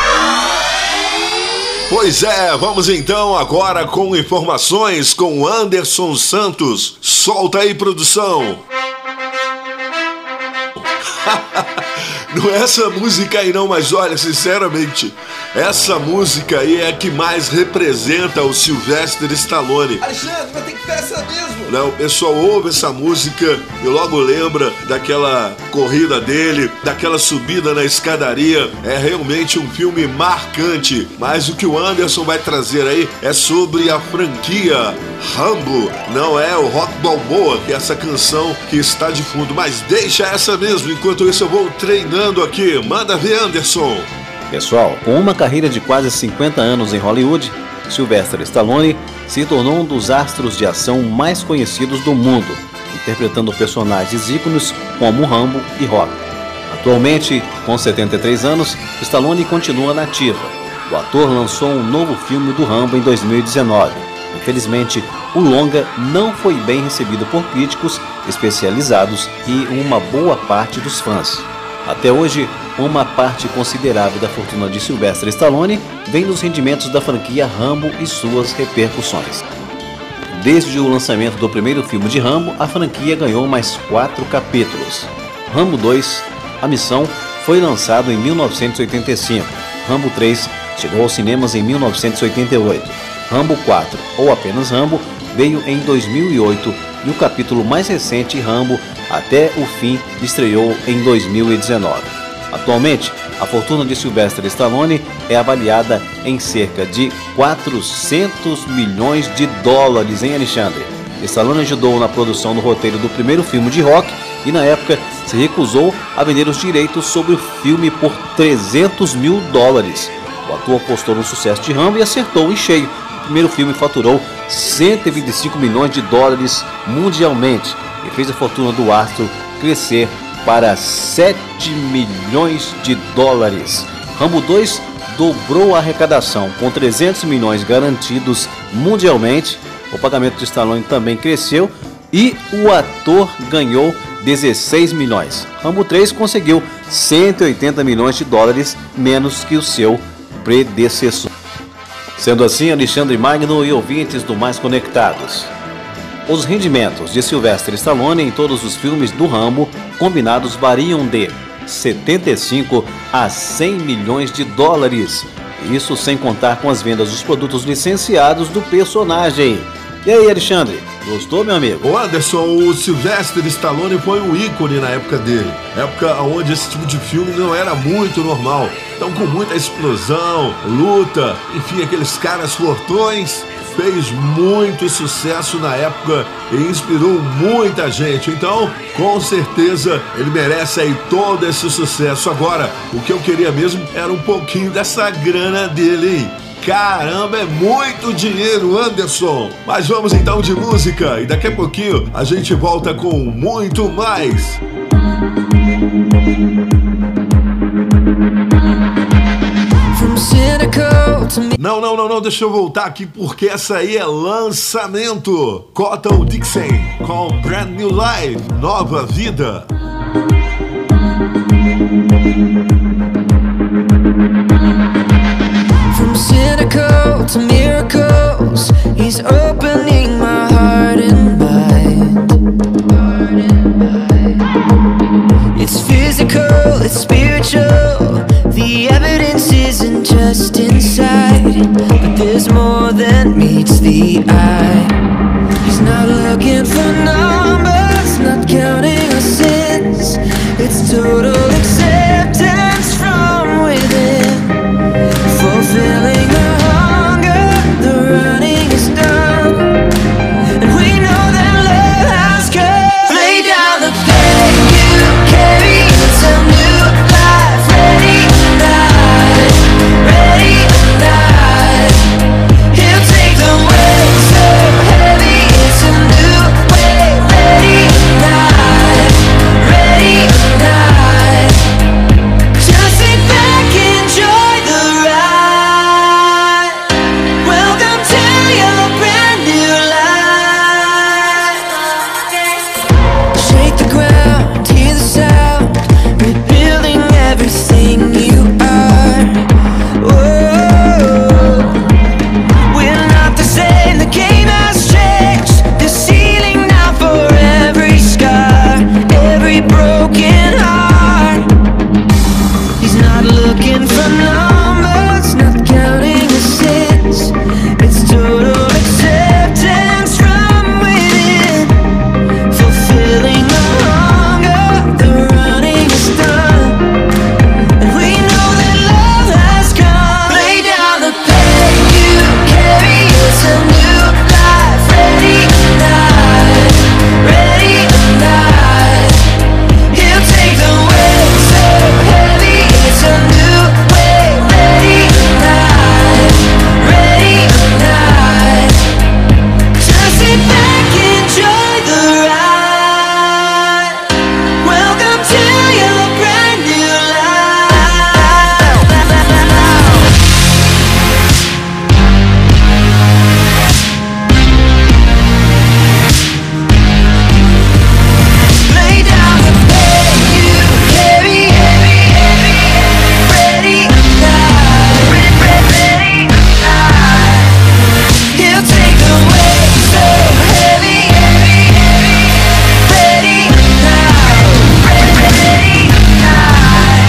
Pois é, vamos então agora com informações com Anderson Santos. Solta aí, produção. Não é essa música aí não, mas olha, sinceramente, essa música aí é a que mais representa o Sylvester Stallone. Alexandre, vai ter que ficar essa mesmo. Não, o pessoal ouve essa música e logo lembra daquela corrida dele, daquela subida na escadaria. É realmente um filme marcante. Mas o que o Anderson vai trazer aí é sobre a franquia Rambo. Não é o Rock Balboa, que é essa canção que está de fundo. Mas deixa essa mesmo, enquanto isso eu vou treinando aqui. Manda ver, Anderson. Pessoal, com uma carreira de quase cinquenta anos em Hollywood, Sylvester Stallone se tornou um dos astros de ação mais conhecidos do mundo, interpretando personagens ícones como Rambo e Rock. Atualmente, com setenta e três anos, Stallone continua na ativa. O ator lançou um novo filme do Rambo em dois mil e dezenove. Infelizmente, o longa não foi bem recebido por críticos especializados e uma boa parte dos fãs. Até hoje, uma parte considerável da fortuna de Sylvester Stallone vem dos rendimentos da franquia Rambo e suas repercussões. Desde o lançamento do primeiro filme de Rambo, a franquia ganhou mais quatro capítulos. Rambo dois, A Missão, foi lançado em mil novecentos e oitenta e cinco. Rambo três chegou aos cinemas em mil novecentos e oitenta e oito. Rambo quatro, ou apenas Rambo, veio em dois mil e oito e o capítulo mais recente, Rambo Até o Fim, estreou em dois mil e dezenove. Atualmente, a fortuna de Sylvester Stallone é avaliada em cerca de quatrocentos milhões de dólares, em Alexandre. Stallone ajudou na produção do roteiro do primeiro filme de Rock e, na época, se recusou a vender os direitos sobre o filme por trezentos mil dólares. O ator apostou no sucesso de Rambo e acertou em cheio. O primeiro filme faturou cento e vinte e cinco milhões de dólares mundialmente e fez a fortuna do astro crescer para sete milhões de dólares. Rambo dois dobrou a arrecadação com trezentos milhões garantidos mundialmente. O pagamento de Stallone também cresceu e o ator ganhou dezesseis milhões. Rambo três conseguiu cento e oitenta milhões de dólares, menos que o seu predecessor. Sendo assim, Alexandre Magno e ouvintes do Mais Conectados, os rendimentos de Sylvester Stallone em todos os filmes do Rambo combinados variam de setenta e cinco a cem milhões de dólares. Isso sem contar com as vendas dos produtos licenciados do personagem. E aí, Alexandre, gostou, meu amigo? Ô Anderson, o Sylvester Stallone foi um ícone na época dele. Época onde esse tipo de filme não era muito normal. Então, com muita explosão, luta, enfim, aqueles caras fortões, fez muito sucesso na época e inspirou muita gente. Então, com certeza, ele merece aí todo esse sucesso. Agora, o que eu queria mesmo era um pouquinho dessa grana dele, hein? Caramba, é muito dinheiro, Anderson! Mas vamos então de música e daqui a pouquinho a gente volta com muito mais. Não, não, não, não, deixa eu voltar aqui porque essa aí é lançamento. Cotton Dixon com Brand New Life, Nova Vida. From cynical to miracles, he's opening my heart and mind. It's physical, it's spiritual. The evidence isn't just inside, but there's more than meets the the eye. He's not looking for numbers, not counting our sins. It's total acceptance from within, fulfilling the hunger, the running is done, and we know that love has come. Lay down the pain you carry, it's a new life, ready or not, ready or not. He'll take the weight so heavy, it's a new way, ready or not, ready or not. Just sit back, enjoy the ride. Welcome to your brand new life. Shake the ground, hear the sound, rebuilding everything you are. Whoa. We're not the same, the game has changed. The ceiling now for every scar, every broken heart. He's not looking for numbers, not counting the sins. It's total acceptance from within, fulfilling the hunger, the running is done, and we know that love has come. Lay down the pain you carry, it's a new life, ready or not, ready or not. He'll take the weight so heavy, it's a new way, ready or not, ready or not. Just sit back, enjoy the ride. Welcome to your brand new life. Lay down the pain you carry, ready or not, ready or not. He'll take the weight so heavy, ready or not, ready or not.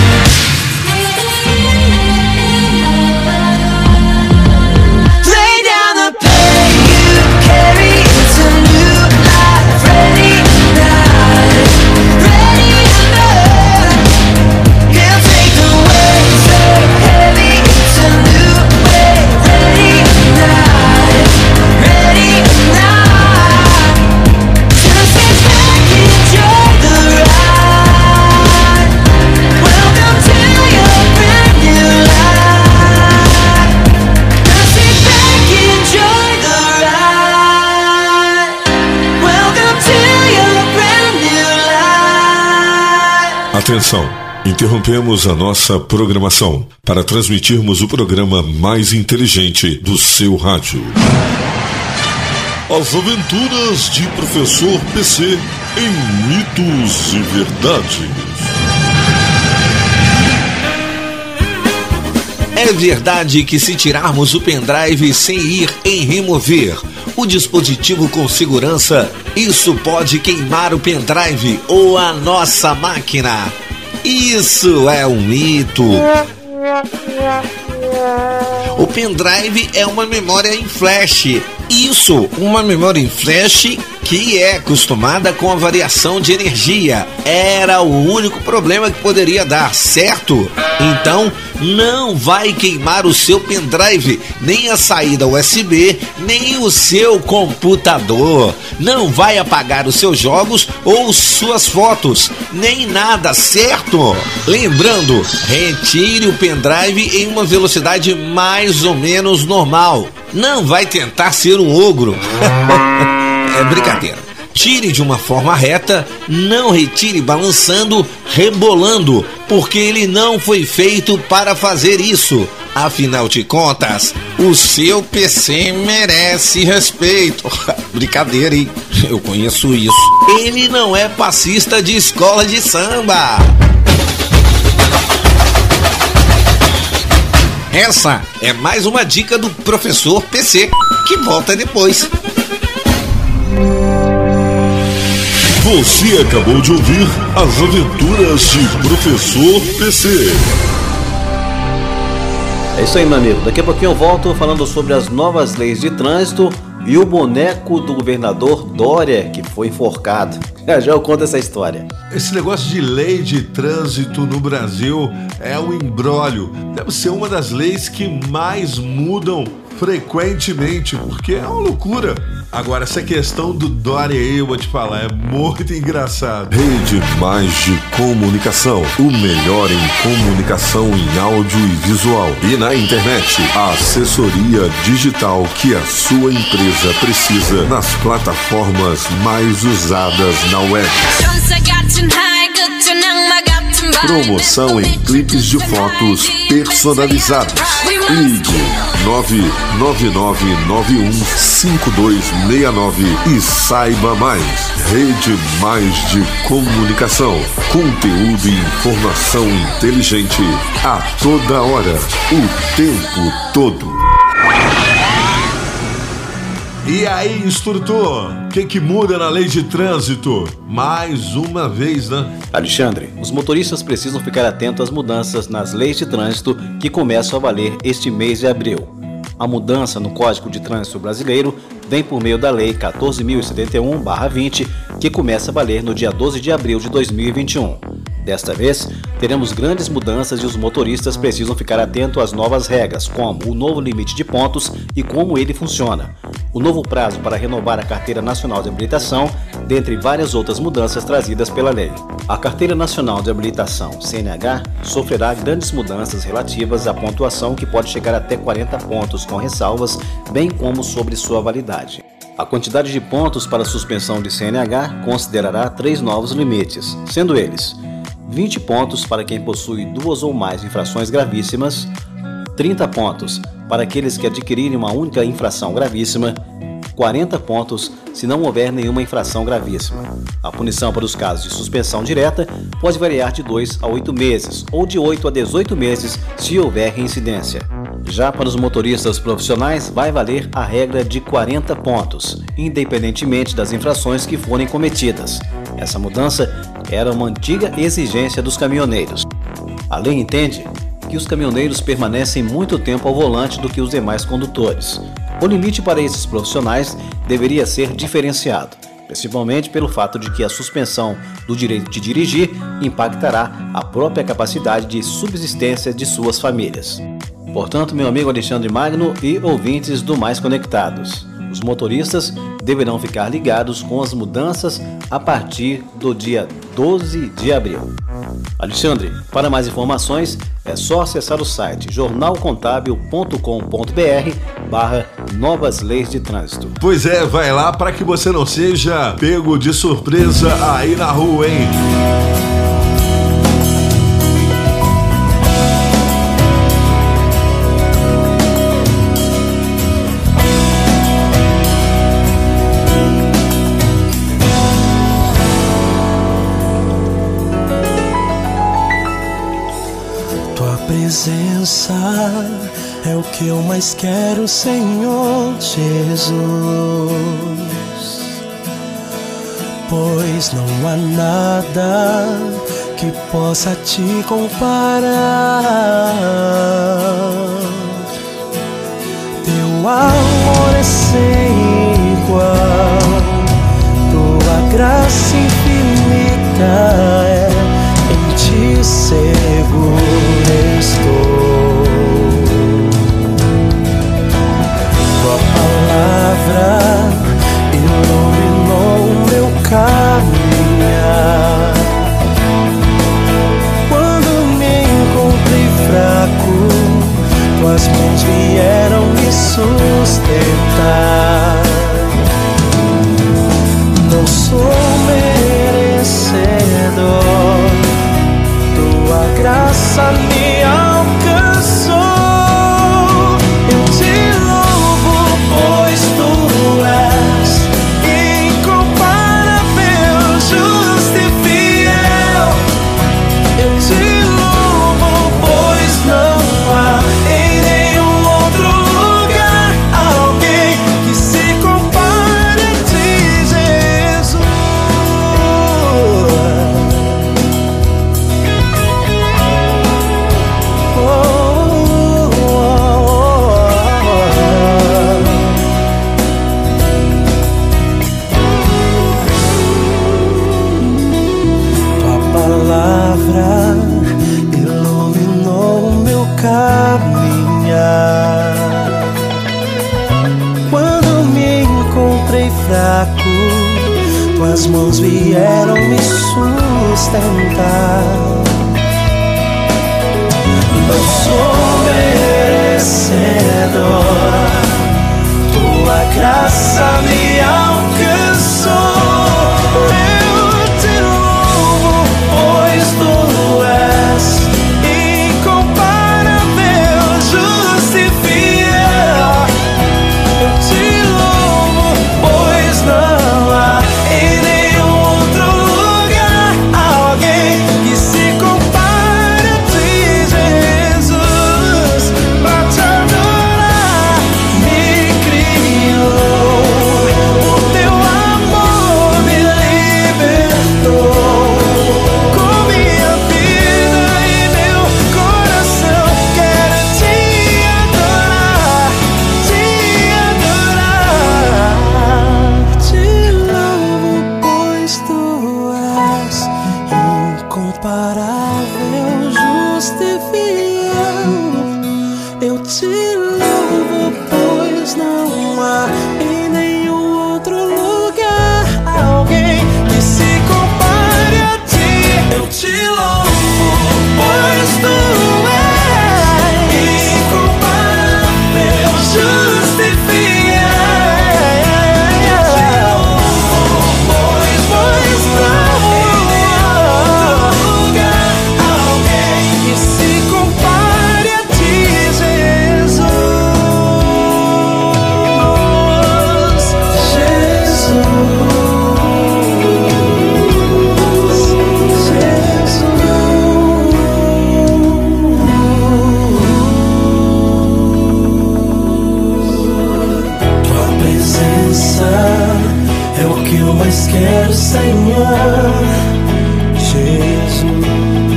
Lay down the pain you carry, it's a new life, ready or not, ready or not. He'll take the weight so heavy, it's a new way, ready or not, ready or not. Just sit back, enjoy the ride. Welcome to your brand new life. Just sit back, enjoy the ride. Welcome to your brand new life. Atenção! Interrompemos a nossa programação para transmitirmos o programa mais inteligente do seu rádio. As aventuras de Professor P C em Mitos e Verdades. É verdade que se tirarmos o pendrive sem ir em remover o dispositivo com segurança, isso pode queimar o pendrive ou a nossa máquina. Isso é um mito. O pendrive é uma memória em flash. Isso, uma memória em flash que é acostumada com a variação de energia. Era o único problema que poderia dar, certo? Então, não vai queimar o seu pendrive, nem a saída U S B, nem o seu computador. Não vai apagar os seus jogos ou suas fotos, nem nada, certo? Lembrando, retire o pendrive em uma velocidade mais ou menos normal. Não vai tentar ser um ogro. É brincadeira. Tire de uma forma reta, não retire balançando, rebolando, porque ele não foi feito para fazer isso. Afinal de contas, o seu P C merece respeito. Brincadeira, hein? Eu conheço isso. Ele não é passista de escola de samba. Essa é mais uma dica do Professor P C, que volta depois. Você acabou de ouvir As Aventuras de Professor P C. É isso aí, meu amigo. Daqui a pouquinho eu volto falando sobre as novas leis de trânsito e o boneco do governador Dória, que foi enforcado. Já já eu conto essa história. Esse negócio de lei de trânsito no Brasil é um imbróglio. Deve ser uma das leis que mais mudam frequentemente, porque é uma loucura. Agora, essa questão do Dória aí, eu vou te falar, é muito engraçado. Rede Mais de Comunicação, o melhor em comunicação em áudio e visual. E na internet, a assessoria digital que a sua empresa precisa nas plataformas mais usadas na web. Promoção em clipes de fotos personalizados. Ligue nove nove nove nove um cinco dois seis nove e saiba mais. Rede Mais de Comunicação. Conteúdo e informação inteligente a toda hora, o tempo todo. E aí, instrutor, o que, que muda na lei de trânsito? Mais uma vez, né? Alexandre, os motoristas precisam ficar atentos às mudanças nas leis de trânsito que começam a valer este mês de abril. A mudança no Código de Trânsito Brasileiro vem por meio da Lei quatorze mil e setenta e um barra vinte, que começa a valer no dia doze de abril de dois mil e vinte e um. Desta vez, teremos grandes mudanças e os motoristas precisam ficar atentos às novas regras, como o novo limite de pontos e como ele funciona, o novo prazo para renovar a Carteira Nacional de Habilitação, dentre várias outras mudanças trazidas pela lei. A Carteira Nacional de Habilitação, C N H, sofrerá grandes mudanças relativas à pontuação que pode chegar até quarenta pontos com ressalvas, bem como sobre sua validade. A quantidade de pontos para suspensão de C N H considerará três novos limites, sendo eles vinte pontos para quem possui duas ou mais infrações gravíssimas, trinta pontos para aqueles que adquirirem uma única infração gravíssima, quarenta pontos se não houver nenhuma infração gravíssima. A punição para os casos de suspensão direta pode variar de dois a oito meses ou de oito a dezoito meses se houver reincidência. Já para os motoristas profissionais vai valer a regra de quarenta pontos, independentemente das infrações que forem cometidas. Essa mudança era uma antiga exigência dos caminhoneiros. A lei entende que os caminhoneiros permanecem muito tempo ao volante do que os demais condutores. O limite para esses profissionais deveria ser diferenciado, principalmente pelo fato de que a suspensão do direito de dirigir impactará a própria capacidade de subsistência de suas famílias. Portanto, meu amigo Alexandre Magno e ouvintes do Mais Conectados, os motoristas deverão ficar ligados com as mudanças a partir do dia doze de abril. Alexandre, para mais informações é só acessar o site jornal contábil ponto com ponto br barra novas leis de trânsito. Pois é, vai lá para que você não seja pego de surpresa aí na rua, hein? Presença é o que eu mais quero, Senhor Jesus, pois não há nada que possa te comparar. Teu amor é sem igual, tua graça infinita é em ti seguro estou. Tua palavra iluminou o meu caminhar. Quando me encontrei fraco, tuas mãos vieram me sustentar. Não sou merecedor, tua graça me alcançou. Eu te louvo, pois tu és incomparável, justo e fiel. Eu te louvo, pois não há em nenhum outro lugar alguém que se compare a ti, Jesus. Oh, caminhar. Quando me encontrei fraco, tuas mãos vieram me sustentar. Não sou merecedor, tua graça me alcançou. Eu te louvo, pois tu és incomparável, justo e fiel. Eu te louvo, pois não há em nenhum outro lugar alguém que se compare a ti, Jesus. Pra te adorar, me criou, o teu amor me libertou. Com minha vida e meu coração quero te adorar, te adorar. Te louvo, pois tu és incomparável, justo e fiel. Eu te louvo, pois não há em nenhum outro lugar alguém que se compare a ti. Eu te louvo, pois tu és incomparável, justo e fiel. Eu te louvo, pois, pois não há em outro lugar alguém que se compare a ti, Jesus. Tua presença é o que eu mais quero, Senhor Jesus.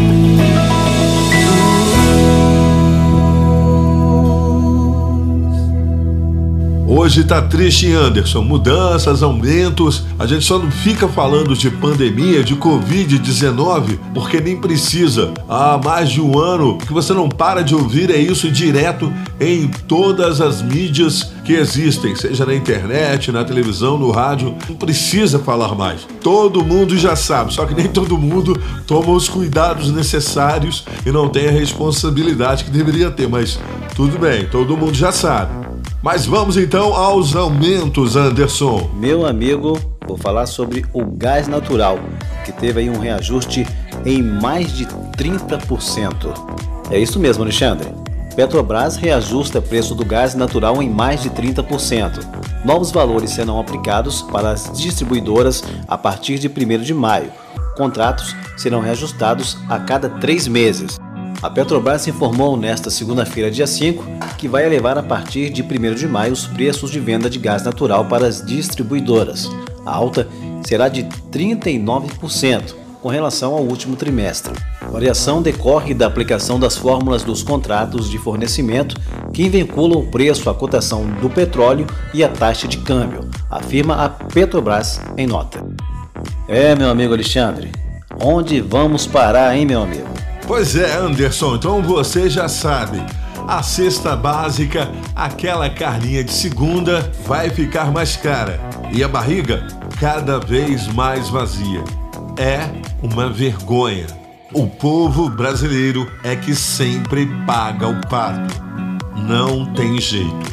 Hoje tá triste, Anderson. Mudanças, aumentos. A gente só não fica falando de pandemia, de covid dezenove, porque nem precisa. Há mais de um ano que você não para de ouvir é isso direto em todas as mídias que existem, seja na internet, na televisão, no rádio. Não precisa falar mais. Todo mundo já sabe, só que nem todo mundo toma os cuidados necessários e não tem a responsabilidade que deveria ter. Mas tudo bem, todo mundo já sabe. Mas vamos então aos aumentos, Anderson. Meu amigo, vou falar sobre o gás natural, que teve aí um reajuste em mais de trinta por cento. É isso mesmo, Alexandre. Petrobras reajusta preço do gás natural em mais de trinta por cento. Novos valores serão aplicados para as distribuidoras a partir de primeiro de maio. Contratos serão reajustados a cada três meses. A Petrobras informou nesta segunda-feira, dia cinco, que vai elevar a partir de primeiro de maio os preços de venda de gás natural para as distribuidoras. A alta será de trinta e nove por cento com relação ao último trimestre. A variação decorre da aplicação das fórmulas dos contratos de fornecimento que vinculam o preço à cotação do petróleo e a taxa de câmbio, afirma a Petrobras em nota. É, meu amigo Alexandre, onde vamos parar, hein, meu amigo? Pois é, Anderson, então você já sabe, a cesta básica, aquela carninha de segunda, vai ficar mais cara e a barriga cada vez mais vazia. É uma vergonha. O povo brasileiro é que sempre paga o pato. Não tem jeito.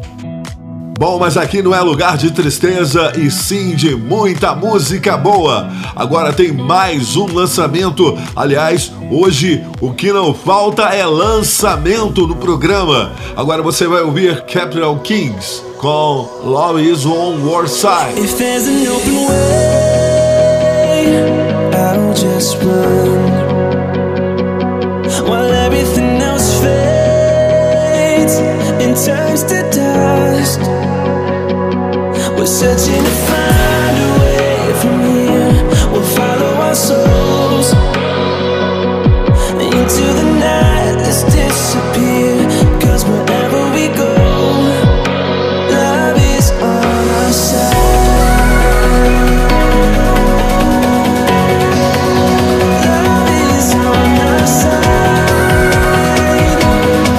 Bom, mas aqui não é lugar de tristeza e sim de muita música boa. Agora tem mais um lançamento. Aliás, hoje o que não falta é lançamento no programa. Agora você vai ouvir Capital Kings com Love Is On Your Side. If there's an open way, I'll just run, while everything else fades and turns to dust. We're searching to find a way from here. We'll follow our souls into the night. Let's disappear, 'cause wherever we go, love is on our side. Love is on our side.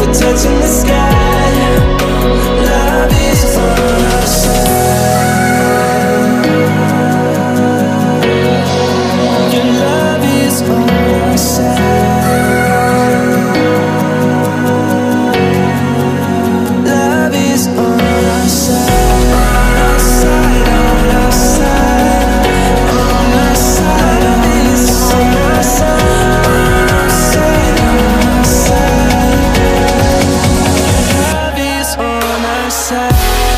we're touching the sky. Love is on our side. Your love is on our side. Love is on our side. On our side, on our side. On our side, love is on our side. On our side, on our side. Love is on our side.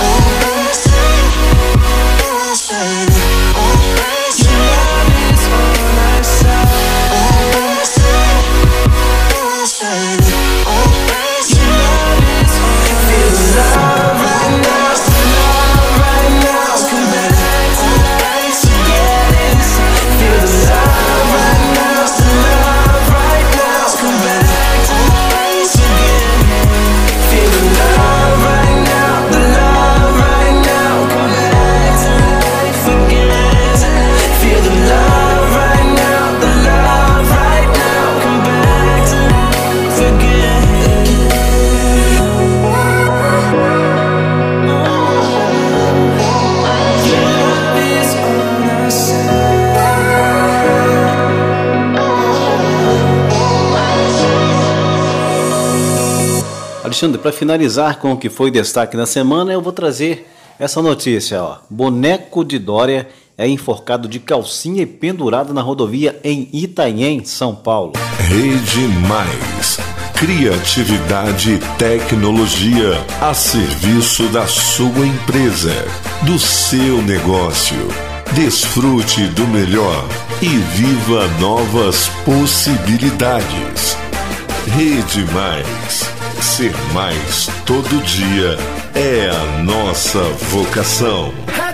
Alexandre, para finalizar com o que foi destaque na semana, eu vou trazer essa notícia, ó. Boneco de Dória é enforcado de calcinha e pendurado na rodovia em Itanhém, São Paulo. Rede Mais. Criatividade e tecnologia a serviço da sua empresa, do seu negócio. Desfrute do melhor e viva novas possibilidades. Rede Mais. Ser mais todo dia é a nossa vocação.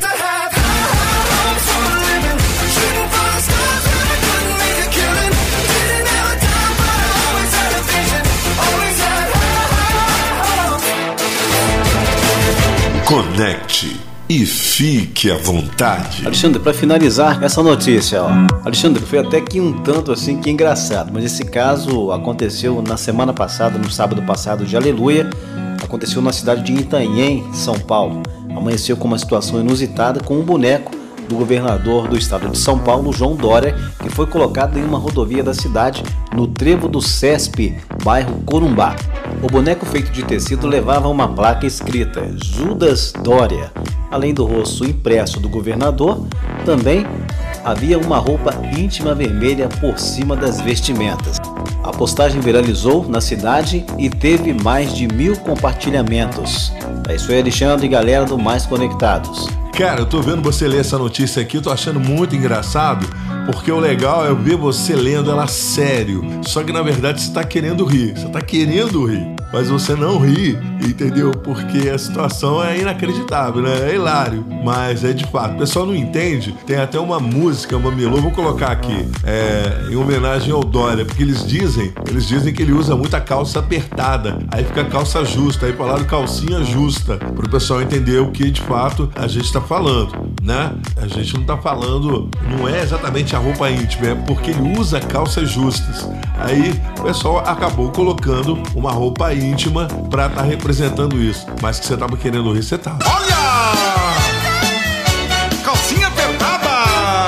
Conecte e fique à vontade. Alexandre, para finalizar essa notícia, ó. Alexandre, foi até que um tanto assim que engraçado, mas esse caso aconteceu na semana passada, no sábado passado de Aleluia, aconteceu na cidade de Itanhém, São Paulo. Amanheceu com uma situação inusitada com um boneco do governador do estado de São Paulo, João Dória, que foi colocado em uma rodovia da cidade, no trevo do Cesp, bairro Corumbá. O boneco feito de tecido levava uma placa escrita Judas Dória. Além do rosto impresso do governador, também havia uma roupa íntima vermelha por cima das vestimentas. A postagem viralizou na cidade e teve mais de mil compartilhamentos. É isso aí, Alexandre e galera do Mais Conectados. Cara, eu tô vendo você ler essa notícia aqui, tô achando muito engraçado, porque o legal é ver você lendo ela sério. Só que na verdade você tá querendo rir, você tá querendo rir, mas você não ri, entendeu? Porque a situação é inacreditável, né? É hilário, mas é de fato. O pessoal não entende, tem até uma música, uma melô, vou colocar aqui, é, em homenagem ao Dória, porque eles dizem, eles dizem que ele usa muita calça apertada, aí fica calça justa, aí falaram calcinha justa, pro pessoal entender o que de fato a gente tá falando, né? A gente não tá falando, não é exatamente a roupa íntima, é porque ele usa calças justas. Aí o pessoal acabou colocando uma roupa íntima pra estar tá representando isso. Mas que você tava querendo rir, você tava. Olha! Calcinha apertada!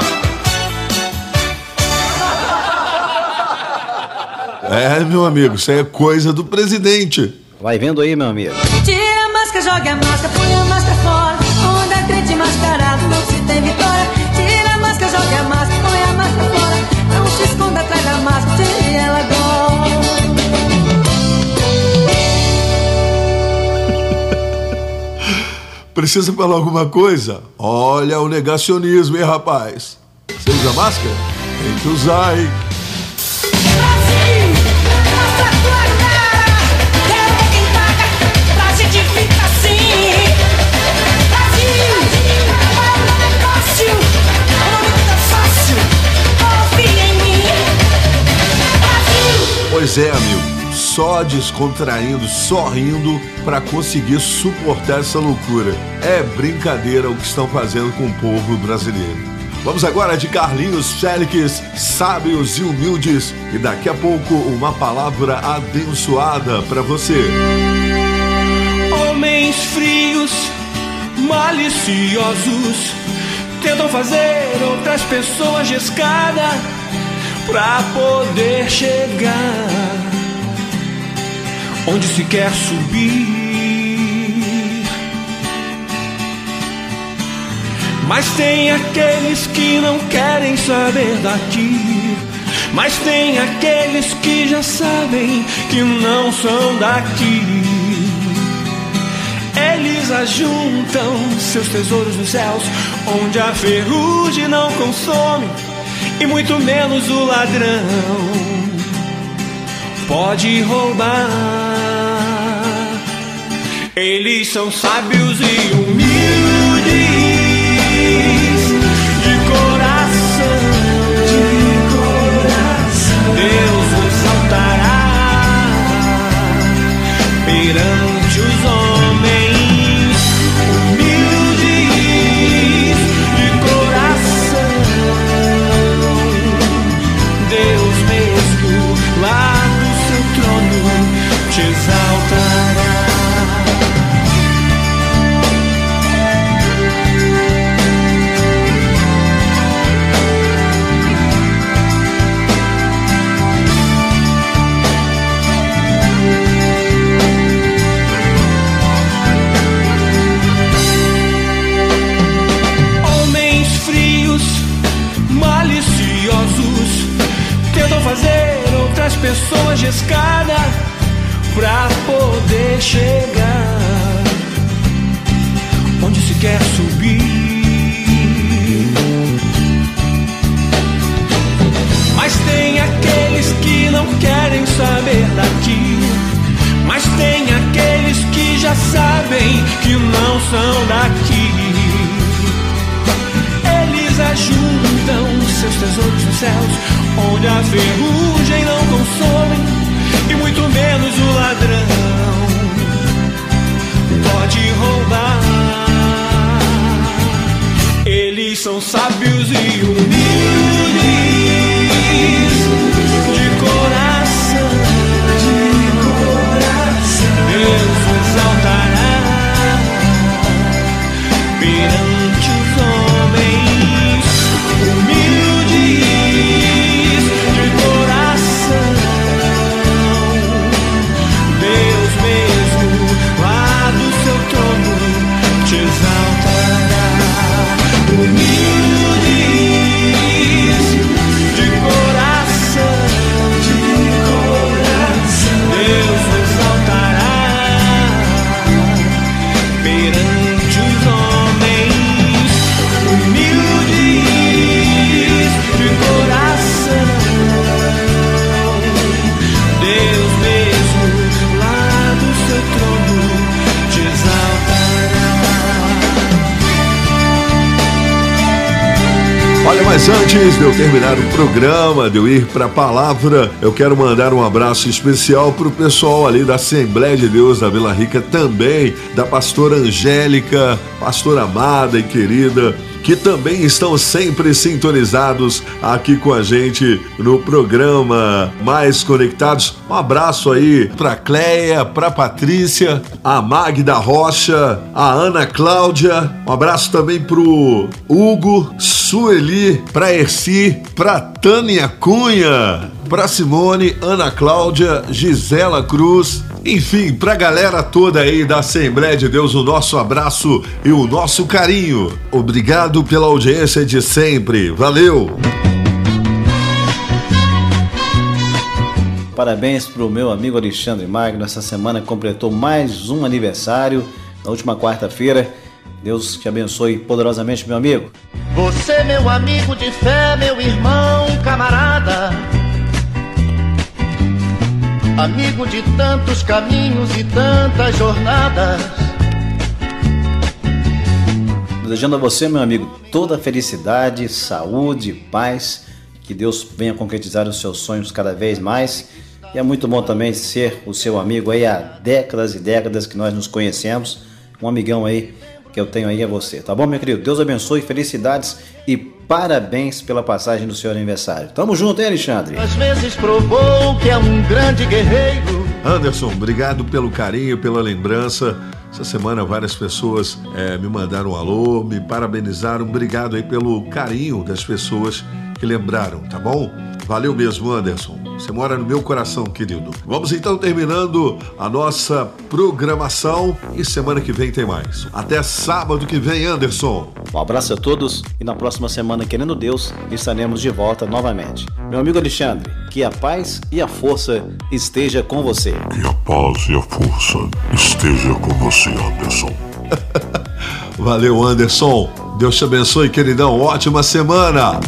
É, meu amigo, isso aí é coisa do presidente. Vai vendo aí, meu amigo. Tira a máscara, joga a máscara, põe a máscara fora. Onde é crente mascarado, não se tem vitória. Tira a máscara, joga a máscara, põe a máscara fora. Não se esconda atrás da máscara, tire ela agora. Precisa falar alguma coisa? Olha o negacionismo, hein, rapaz? Você usa máscara? Tem que usar, hein? Pois é, amigo, só descontraindo, só rindo para conseguir suportar essa loucura. É brincadeira o que estão fazendo com o povo brasileiro. Vamos agora de Carlinhos Félix, Sábios e Humildes, e daqui a pouco uma palavra abençoada para você. Homens frios, maliciosos, tentam fazer outras pessoas de escada pra poder chegar onde se quer subir. Mas tem aqueles que não querem saber daqui, mas tem aqueles que já sabem que não são daqui. Eles ajuntam seus tesouros nos céus, onde a ferrugem não consome e muito menos o ladrão pode roubar. Eles são sábios e humildes de coração, de coração. Deus os exaltará perante os homens humildes de coração. Deus mesmo lá no seu trono te exaltará. Tentam fazer outras pessoas de escada pra poder chegar onde se quer subir. Mas tem aqueles que não querem saber daqui, mas tem aqueles que já sabem que não são daqui. Eles ajuntam seus tesouros nos céus, onde a ferrugem não consome e muito menos o ladrão pode roubar. Eles são sábios e humildes de coração, de coração. Deus os exaltará perante os homens humildes de coração. Deus mesmo lá do seu trono te exaltará. Humildes de coração, de coração. Deus os exaltará perante os homens humildes de coração. Deus mesmo lá do seu trono te exaltará. Olha, mas antes de eu terminar o programa, de eu ir para a palavra, eu quero mandar um abraço especial para o pessoal ali da Assembleia de Deus da Vila Rica, também da pastora Angélica, pastora amada e querida, que também estão sempre sintonizados aqui com a gente no programa Mais Conectados. Um abraço aí pra Cleia, pra Patrícia, a Magda Rocha, a Ana Cláudia. Um abraço também pro Hugo, Sueli, pra Erci, pra Tânia Cunha, pra Simone, Ana Cláudia, Gisela Cruz. Enfim, pra galera toda aí da Assembleia de Deus, o nosso abraço e o nosso carinho. Obrigado pela audiência de sempre. Valeu! Parabéns pro meu amigo Alexandre Magno. Essa semana completou mais um aniversário, na última quarta-feira. Deus te abençoe poderosamente, meu amigo. Você, meu amigo de fé, meu irmão, camarada, amigo de tantos caminhos e tantas jornadas. Desejando a você, meu amigo, toda a felicidade, saúde, paz, que Deus venha concretizar os seus sonhos cada vez mais. E é muito bom também ser o seu amigo aí há décadas e décadas que nós nos conhecemos, um amigão aí que eu tenho aí é você, tá bom, meu querido? Deus abençoe, felicidades e parabéns pela passagem do seu aniversário. Tamo junto, hein, Alexandre? Às vezes provou que é um grande guerreiro. Anderson, obrigado pelo carinho, pela lembrança. Essa semana várias pessoas é, me mandaram um alô, me parabenizaram. Obrigado aí pelo carinho das pessoas que lembraram, tá bom? Valeu mesmo, Anderson. Você mora no meu coração, querido. Vamos então terminando a nossa programação e semana que vem tem mais. Até sábado que vem, Anderson. Um abraço a todos e na próxima semana, querendo Deus, estaremos de volta novamente. Meu amigo Alexandre, que a paz e a força esteja com você. Que a paz e a força esteja com você, Anderson. Valeu, Anderson. Deus te abençoe, queridão. Ótima semana.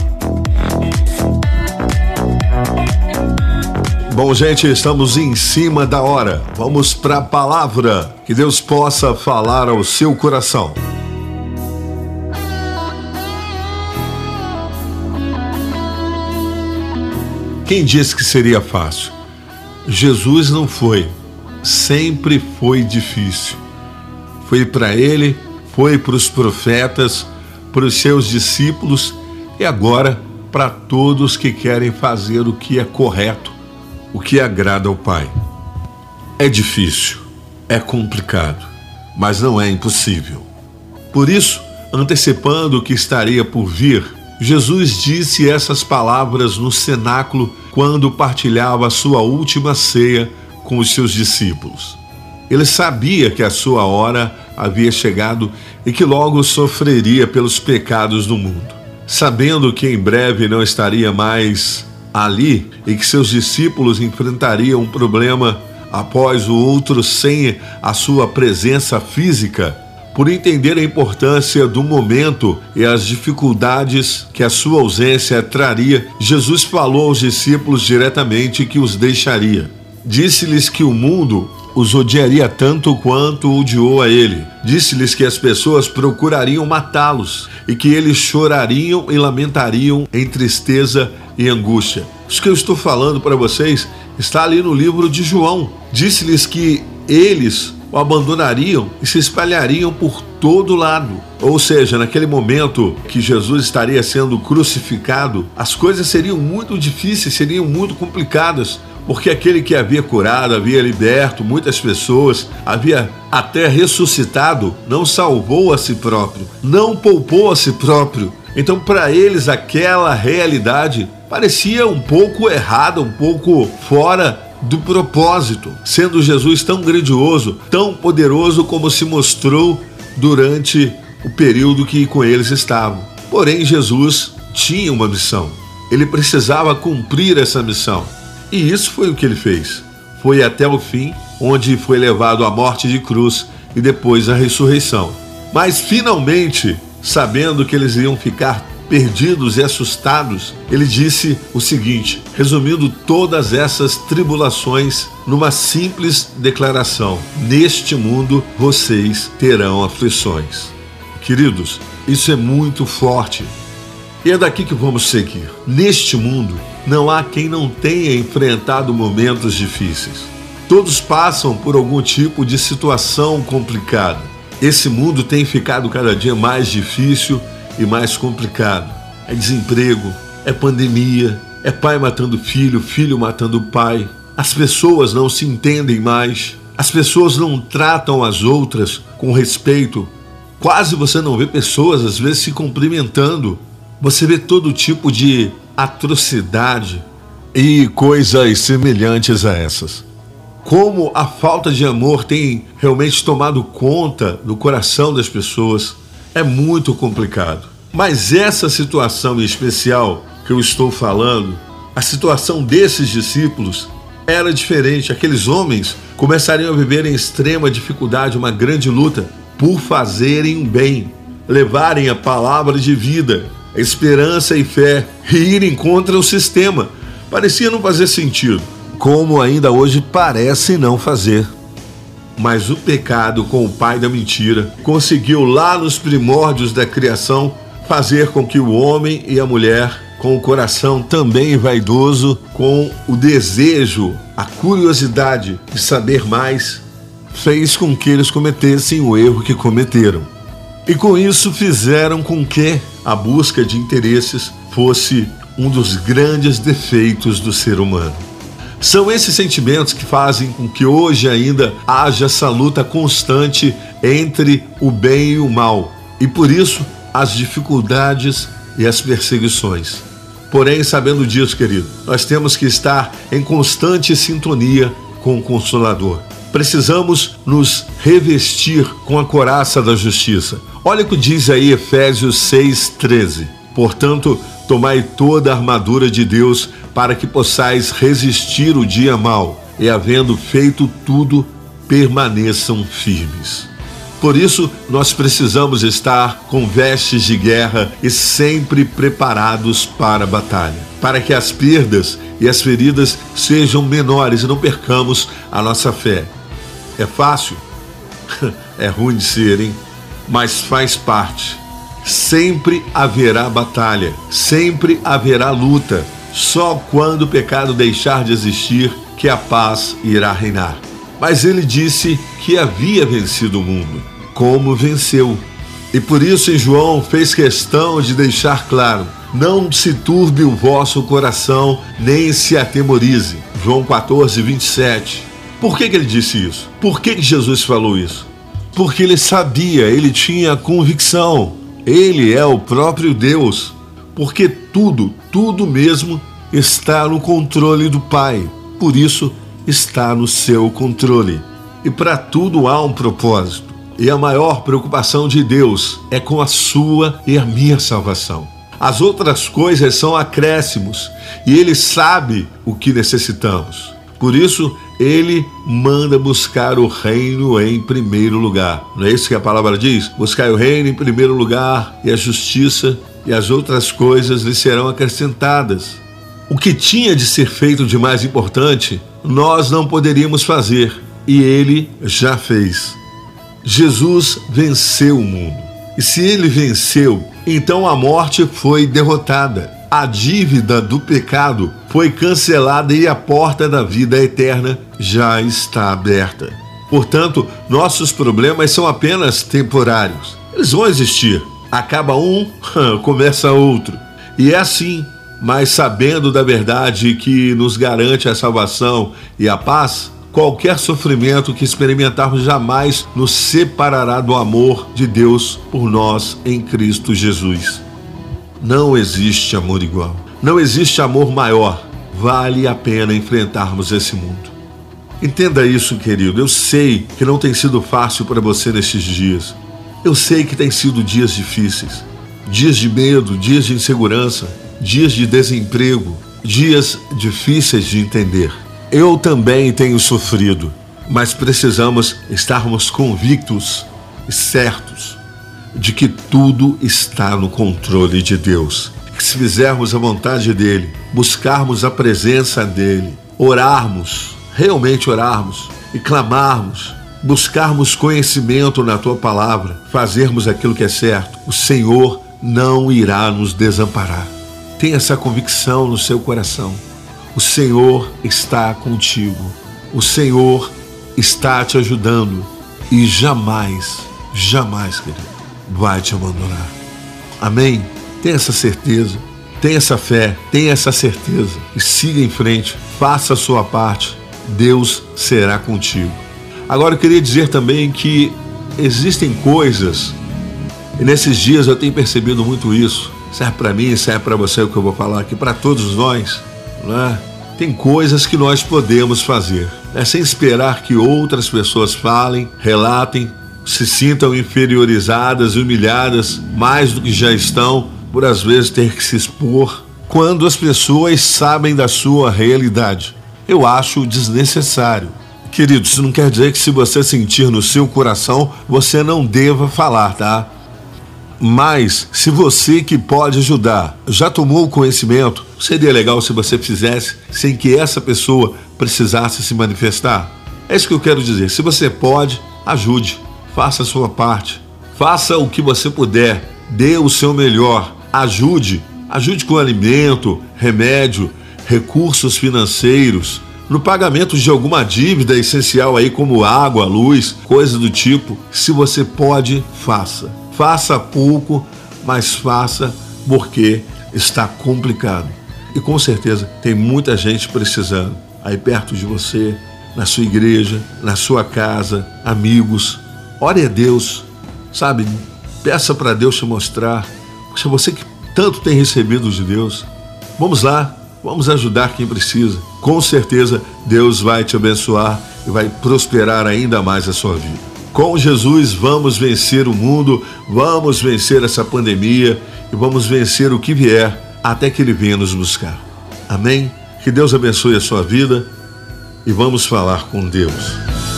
Bom, gente, estamos em cima da hora. Vamos para a palavra. Que Deus possa falar ao seu coração. Quem disse que seria fácil? Jesus não foi. Sempre foi difícil. Foi para ele, foi para os profetas, para os seus discípulos e agora para todos que querem fazer o que é correto, o que agrada ao Pai. É difícil, é complicado, mas não é impossível. Por isso, antecipando o que estaria por vir, Jesus disse essas palavras no cenáculo quando partilhava a sua última ceia com os seus discípulos. Ele sabia que a sua hora havia chegado e que logo sofreria pelos pecados do mundo. Sabendo que em breve não estaria mais ali e que seus discípulos enfrentariam um problema após o outro sem a sua presença física, por entender a importância do momento e as dificuldades que a sua ausência traria, Jesus falou aos discípulos diretamente que os deixaria. Disse-lhes que o mundo os odiaria tanto quanto odiou a ele. Disse-lhes que as pessoas procurariam matá-los e que eles chorariam e lamentariam em tristeza e angústia. Isso que eu estou falando para vocês está ali no livro de João. Disse-lhes que eles o abandonariam e se espalhariam por todo lado. Ou seja, naquele momento que Jesus estaria sendo crucificado, as coisas seriam muito difíceis, seriam muito complicadas, porque aquele que havia curado, havia liberto muitas pessoas, havia até ressuscitado, não salvou a si próprio, não poupou a si próprio. Então, para eles, aquela realidade parecia um pouco errada, um pouco fora do propósito, sendo Jesus tão grandioso, tão poderoso como se mostrou durante o período que com eles estavam. Porém, Jesus tinha uma missão. Ele precisava cumprir essa missão. E isso foi o que ele fez. Foi até o fim, onde foi levado à morte de cruz e depois à ressurreição. Mas finalmente, sabendo que eles iam ficar perdidos e assustados, ele disse o seguinte, resumindo todas essas tribulações numa simples declaração: neste mundo vocês terão aflições. Queridos, isso é muito forte. E é daqui que vamos seguir. Neste mundo, não há quem não tenha enfrentado momentos difíceis. Todos passam por algum tipo de situação complicada. Esse mundo tem ficado cada dia mais difícil e mais complicado. É desemprego, é pandemia, é pai matando filho, filho matando pai. As pessoas não se entendem mais. As pessoas não tratam as outras com respeito. Quase você não vê pessoas, às vezes, se cumprimentando. Você vê todo tipo de atrocidade e coisas semelhantes a essas. Como a falta de amor tem realmente tomado conta do coração das pessoas, é muito complicado. Mas essa situação em especial que eu estou falando, a situação desses discípulos era diferente. Aqueles homens começariam a viver em extrema dificuldade, uma grande luta por fazerem o bem, levarem a palavra de vida, a esperança e fé e irem contra o sistema. Parecia não fazer sentido, como ainda hoje parece não fazer. Mas o pecado, com o pai da mentira, conseguiu lá nos primórdios da criação fazer com que o homem e a mulher, com o coração também vaidoso, com o desejo, a curiosidade de saber mais, fez com que eles cometessem o erro que cometeram. E com isso fizeram com que a busca de interesses fosse um dos grandes defeitos do ser humano. São esses sentimentos que fazem com que hoje ainda haja essa luta constante entre o bem e o mal, e por isso as dificuldades e as perseguições. Porém, sabendo disso, querido, nós temos que estar em constante sintonia com o Consolador. Precisamos nos revestir com a couraça da justiça. Olha o que diz aí Efésios seis, treze. Portanto, tomai toda a armadura de Deus para que possais resistir o dia mau e, havendo feito tudo, permaneçam firmes. Por isso, nós precisamos estar com vestes de guerra e sempre preparados para a batalha, para que as perdas e as feridas sejam menores e não percamos a nossa fé. É fácil? É ruim de ser, hein? Mas faz parte. Sempre haverá batalha, sempre haverá luta. Só quando o pecado deixar de existir que a paz irá reinar. Mas ele disse que havia vencido o mundo. Como venceu? E por isso em João fez questão de deixar claro: não se turbe o vosso coração, nem se atemorize. João quatorze, vinte e sete. Por que que ele disse isso? Por que que Jesus falou isso? Porque ele sabia, ele tinha convicção. Ele é o próprio Deus. Porque tudo, tudo mesmo está no controle do Pai. Por isso está no seu controle. E para tudo há um propósito. E a maior preocupação de Deus é com a sua e a minha salvação. As outras coisas são acréscimos e Ele sabe o que necessitamos. Por isso, Ele manda buscar o reino em primeiro lugar. Não é isso que a palavra diz? Buscar o reino em primeiro lugar e a justiça, e as outras coisas lhe serão acrescentadas. O que tinha de ser feito de mais importante, nós não poderíamos fazer, e Ele já fez. Jesus venceu o mundo. E se Ele venceu, então a morte foi derrotada. A dívida do pecado foi cancelada e a porta da vida eterna já está aberta. Portanto, nossos problemas são apenas temporários. Eles vão existir. Acaba um, começa outro. E é assim, mas sabendo da verdade que nos garante a salvação e a paz, qualquer sofrimento que experimentarmos jamais nos separará do amor de Deus por nós em Cristo Jesus. Não existe amor igual. Não existe amor maior. Vale a pena enfrentarmos esse mundo. Entenda isso, querido. Eu sei que não tem sido fácil para você nestes dias. Eu sei que tem sido dias difíceis. Dias de medo, dias de insegurança, dias de desemprego, dias difíceis de entender. Eu também tenho sofrido, mas precisamos estarmos convictos e certos de que tudo está no controle de Deus. Que se fizermos a vontade dEle, buscarmos a presença dEle, orarmos, realmente orarmos e clamarmos, buscarmos conhecimento na Tua Palavra, fazermos aquilo que é certo, o Senhor não irá nos desamparar. Tenha essa convicção no seu coração. O Senhor está contigo. O Senhor está te ajudando e jamais, jamais, querido, vai te abandonar. Amém? Tenha essa certeza, tenha essa fé, tenha essa certeza e siga em frente, faça a sua parte, Deus será contigo. Agora eu queria dizer também que existem coisas, e nesses dias eu tenho percebido muito isso, serve para mim, serve para você o que eu vou falar aqui, para todos nós, não é? Tem coisas que nós podemos fazer, né? Sem esperar que outras pessoas falem, relatem, se sintam inferiorizadas e humilhadas mais do que já estão, por às vezes ter que se expor, quando as pessoas sabem da sua realidade. Eu acho desnecessário. Querido, isso não quer dizer que se você sentir no seu coração, você não deva falar, tá? Mas, se você que pode ajudar já tomou o conhecimento, seria legal se você fizesse sem que essa pessoa precisasse se manifestar. É isso que eu quero dizer. Se você pode, ajude. Faça a sua parte. Faça o que você puder. Dê o seu melhor. Ajude. Ajude com alimento, remédio, recursos financeiros, no pagamento de alguma dívida essencial aí como água, luz, coisa do tipo. Se você pode, faça. faça pouco, mas faça porque está complicado. E com certeza tem muita gente precisando aí perto de você, na sua igreja, na sua casa, amigos. Ore a Deus, sabe? Peça para Deus te mostrar. Poxa, você que tanto tem recebido de Deus, vamos lá, vamos ajudar quem precisa. Com certeza Deus vai te abençoar e vai prosperar ainda mais a sua vida. Com Jesus vamos vencer o mundo, vamos vencer essa pandemia e vamos vencer o que vier até que Ele venha nos buscar. Amém? Que Deus abençoe a sua vida e vamos falar com Deus.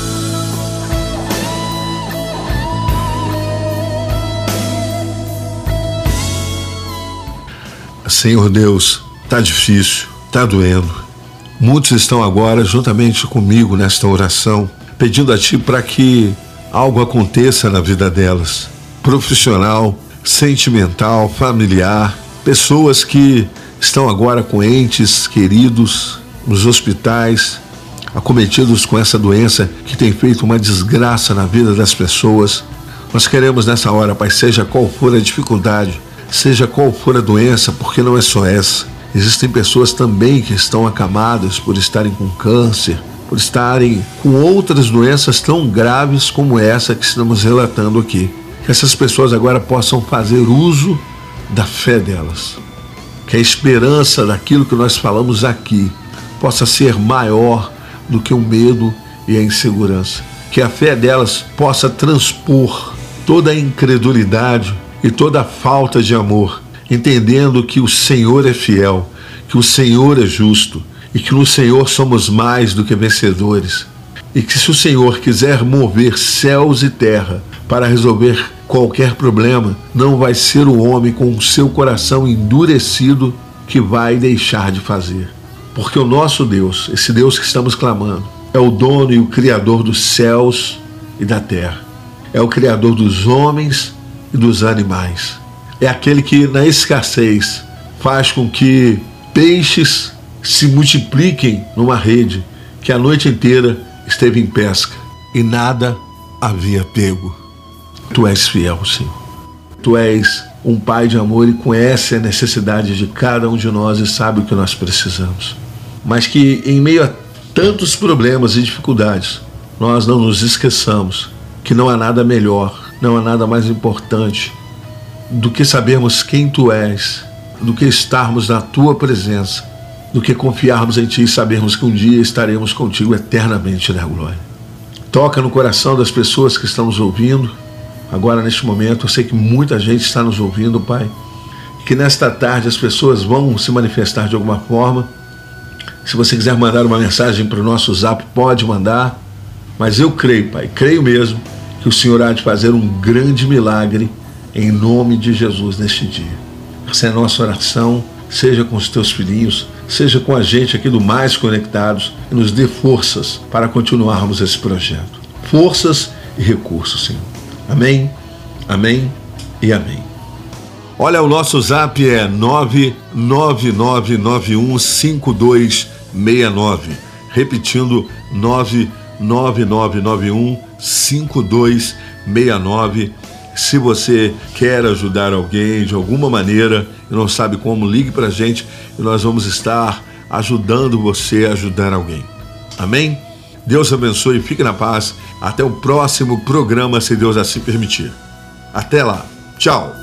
Senhor Deus, tá difícil, tá doendo. Muitos estão agora juntamente comigo nesta oração, pedindo a Ti para que algo aconteça na vida delas. Profissional, sentimental, familiar, pessoas que estão agora com entes queridos nos hospitais, acometidos com essa doença que tem feito uma desgraça na vida das pessoas. Nós queremos nessa hora, Pai, seja qual for a dificuldade, seja qual for a doença, porque não é só essa. Existem pessoas também que estão acamadas por estarem com câncer, por estarem com outras doenças tão graves como essa que estamos relatando aqui. Que essas pessoas agora possam fazer uso da fé delas. Que a esperança daquilo que nós falamos aqui possa ser maior do que o medo e a insegurança. Que a fé delas possa transpor toda a incredulidade e toda a falta de amor, entendendo que o Senhor é fiel, que o Senhor é justo e que no Senhor somos mais do que vencedores. E que se o Senhor quiser mover céus e terra para resolver qualquer problema, não vai ser o homem com o seu coração endurecido que vai deixar de fazer. Porque o nosso Deus, esse Deus que estamos clamando, é o dono e o criador dos céus e da terra. É o criador dos homens e dos animais. É aquele que na escassez faz com que peixes se multipliquem numa rede que a noite inteira esteve em pesca e nada havia pego. Tu és fiel, Senhor. Tu és um Pai de amor e conhece a necessidade de cada um de nós e sabe o que nós precisamos. Mas que em meio a tantos problemas e dificuldades, nós não nos esqueçamos que não há nada melhor, não há nada mais importante do que sabermos quem Tu és, do que estarmos na Tua presença, do que confiarmos em Ti e sabermos que um dia estaremos contigo eternamente na glória. Toca no coração das pessoas que estão nos ouvindo agora neste momento. Eu sei que muita gente está nos ouvindo, Pai, que nesta tarde as pessoas vão se manifestar de alguma forma. Se você quiser mandar uma mensagem para o nosso zap, pode mandar, mas eu creio, Pai, creio mesmo que o Senhor há de fazer um grande milagre em nome de Jesus neste dia. Essa é a nossa oração, seja com os teus filhinhos, seja com a gente aqui do Mais Conectados, e nos dê forças para continuarmos esse projeto. Forças e recursos, Senhor. Amém, amém e amém. Olha, o nosso zap é nove nove nove nove um cinco dois seis nove. Repetindo, nove nove nove nove um cinco dois seis nove. Se você quer ajudar alguém de alguma maneira e não sabe como, ligue para a gente e nós vamos estar ajudando você a ajudar alguém. Amém? Deus abençoe e fique na paz. Até o próximo programa, se Deus assim permitir. Até lá. Tchau.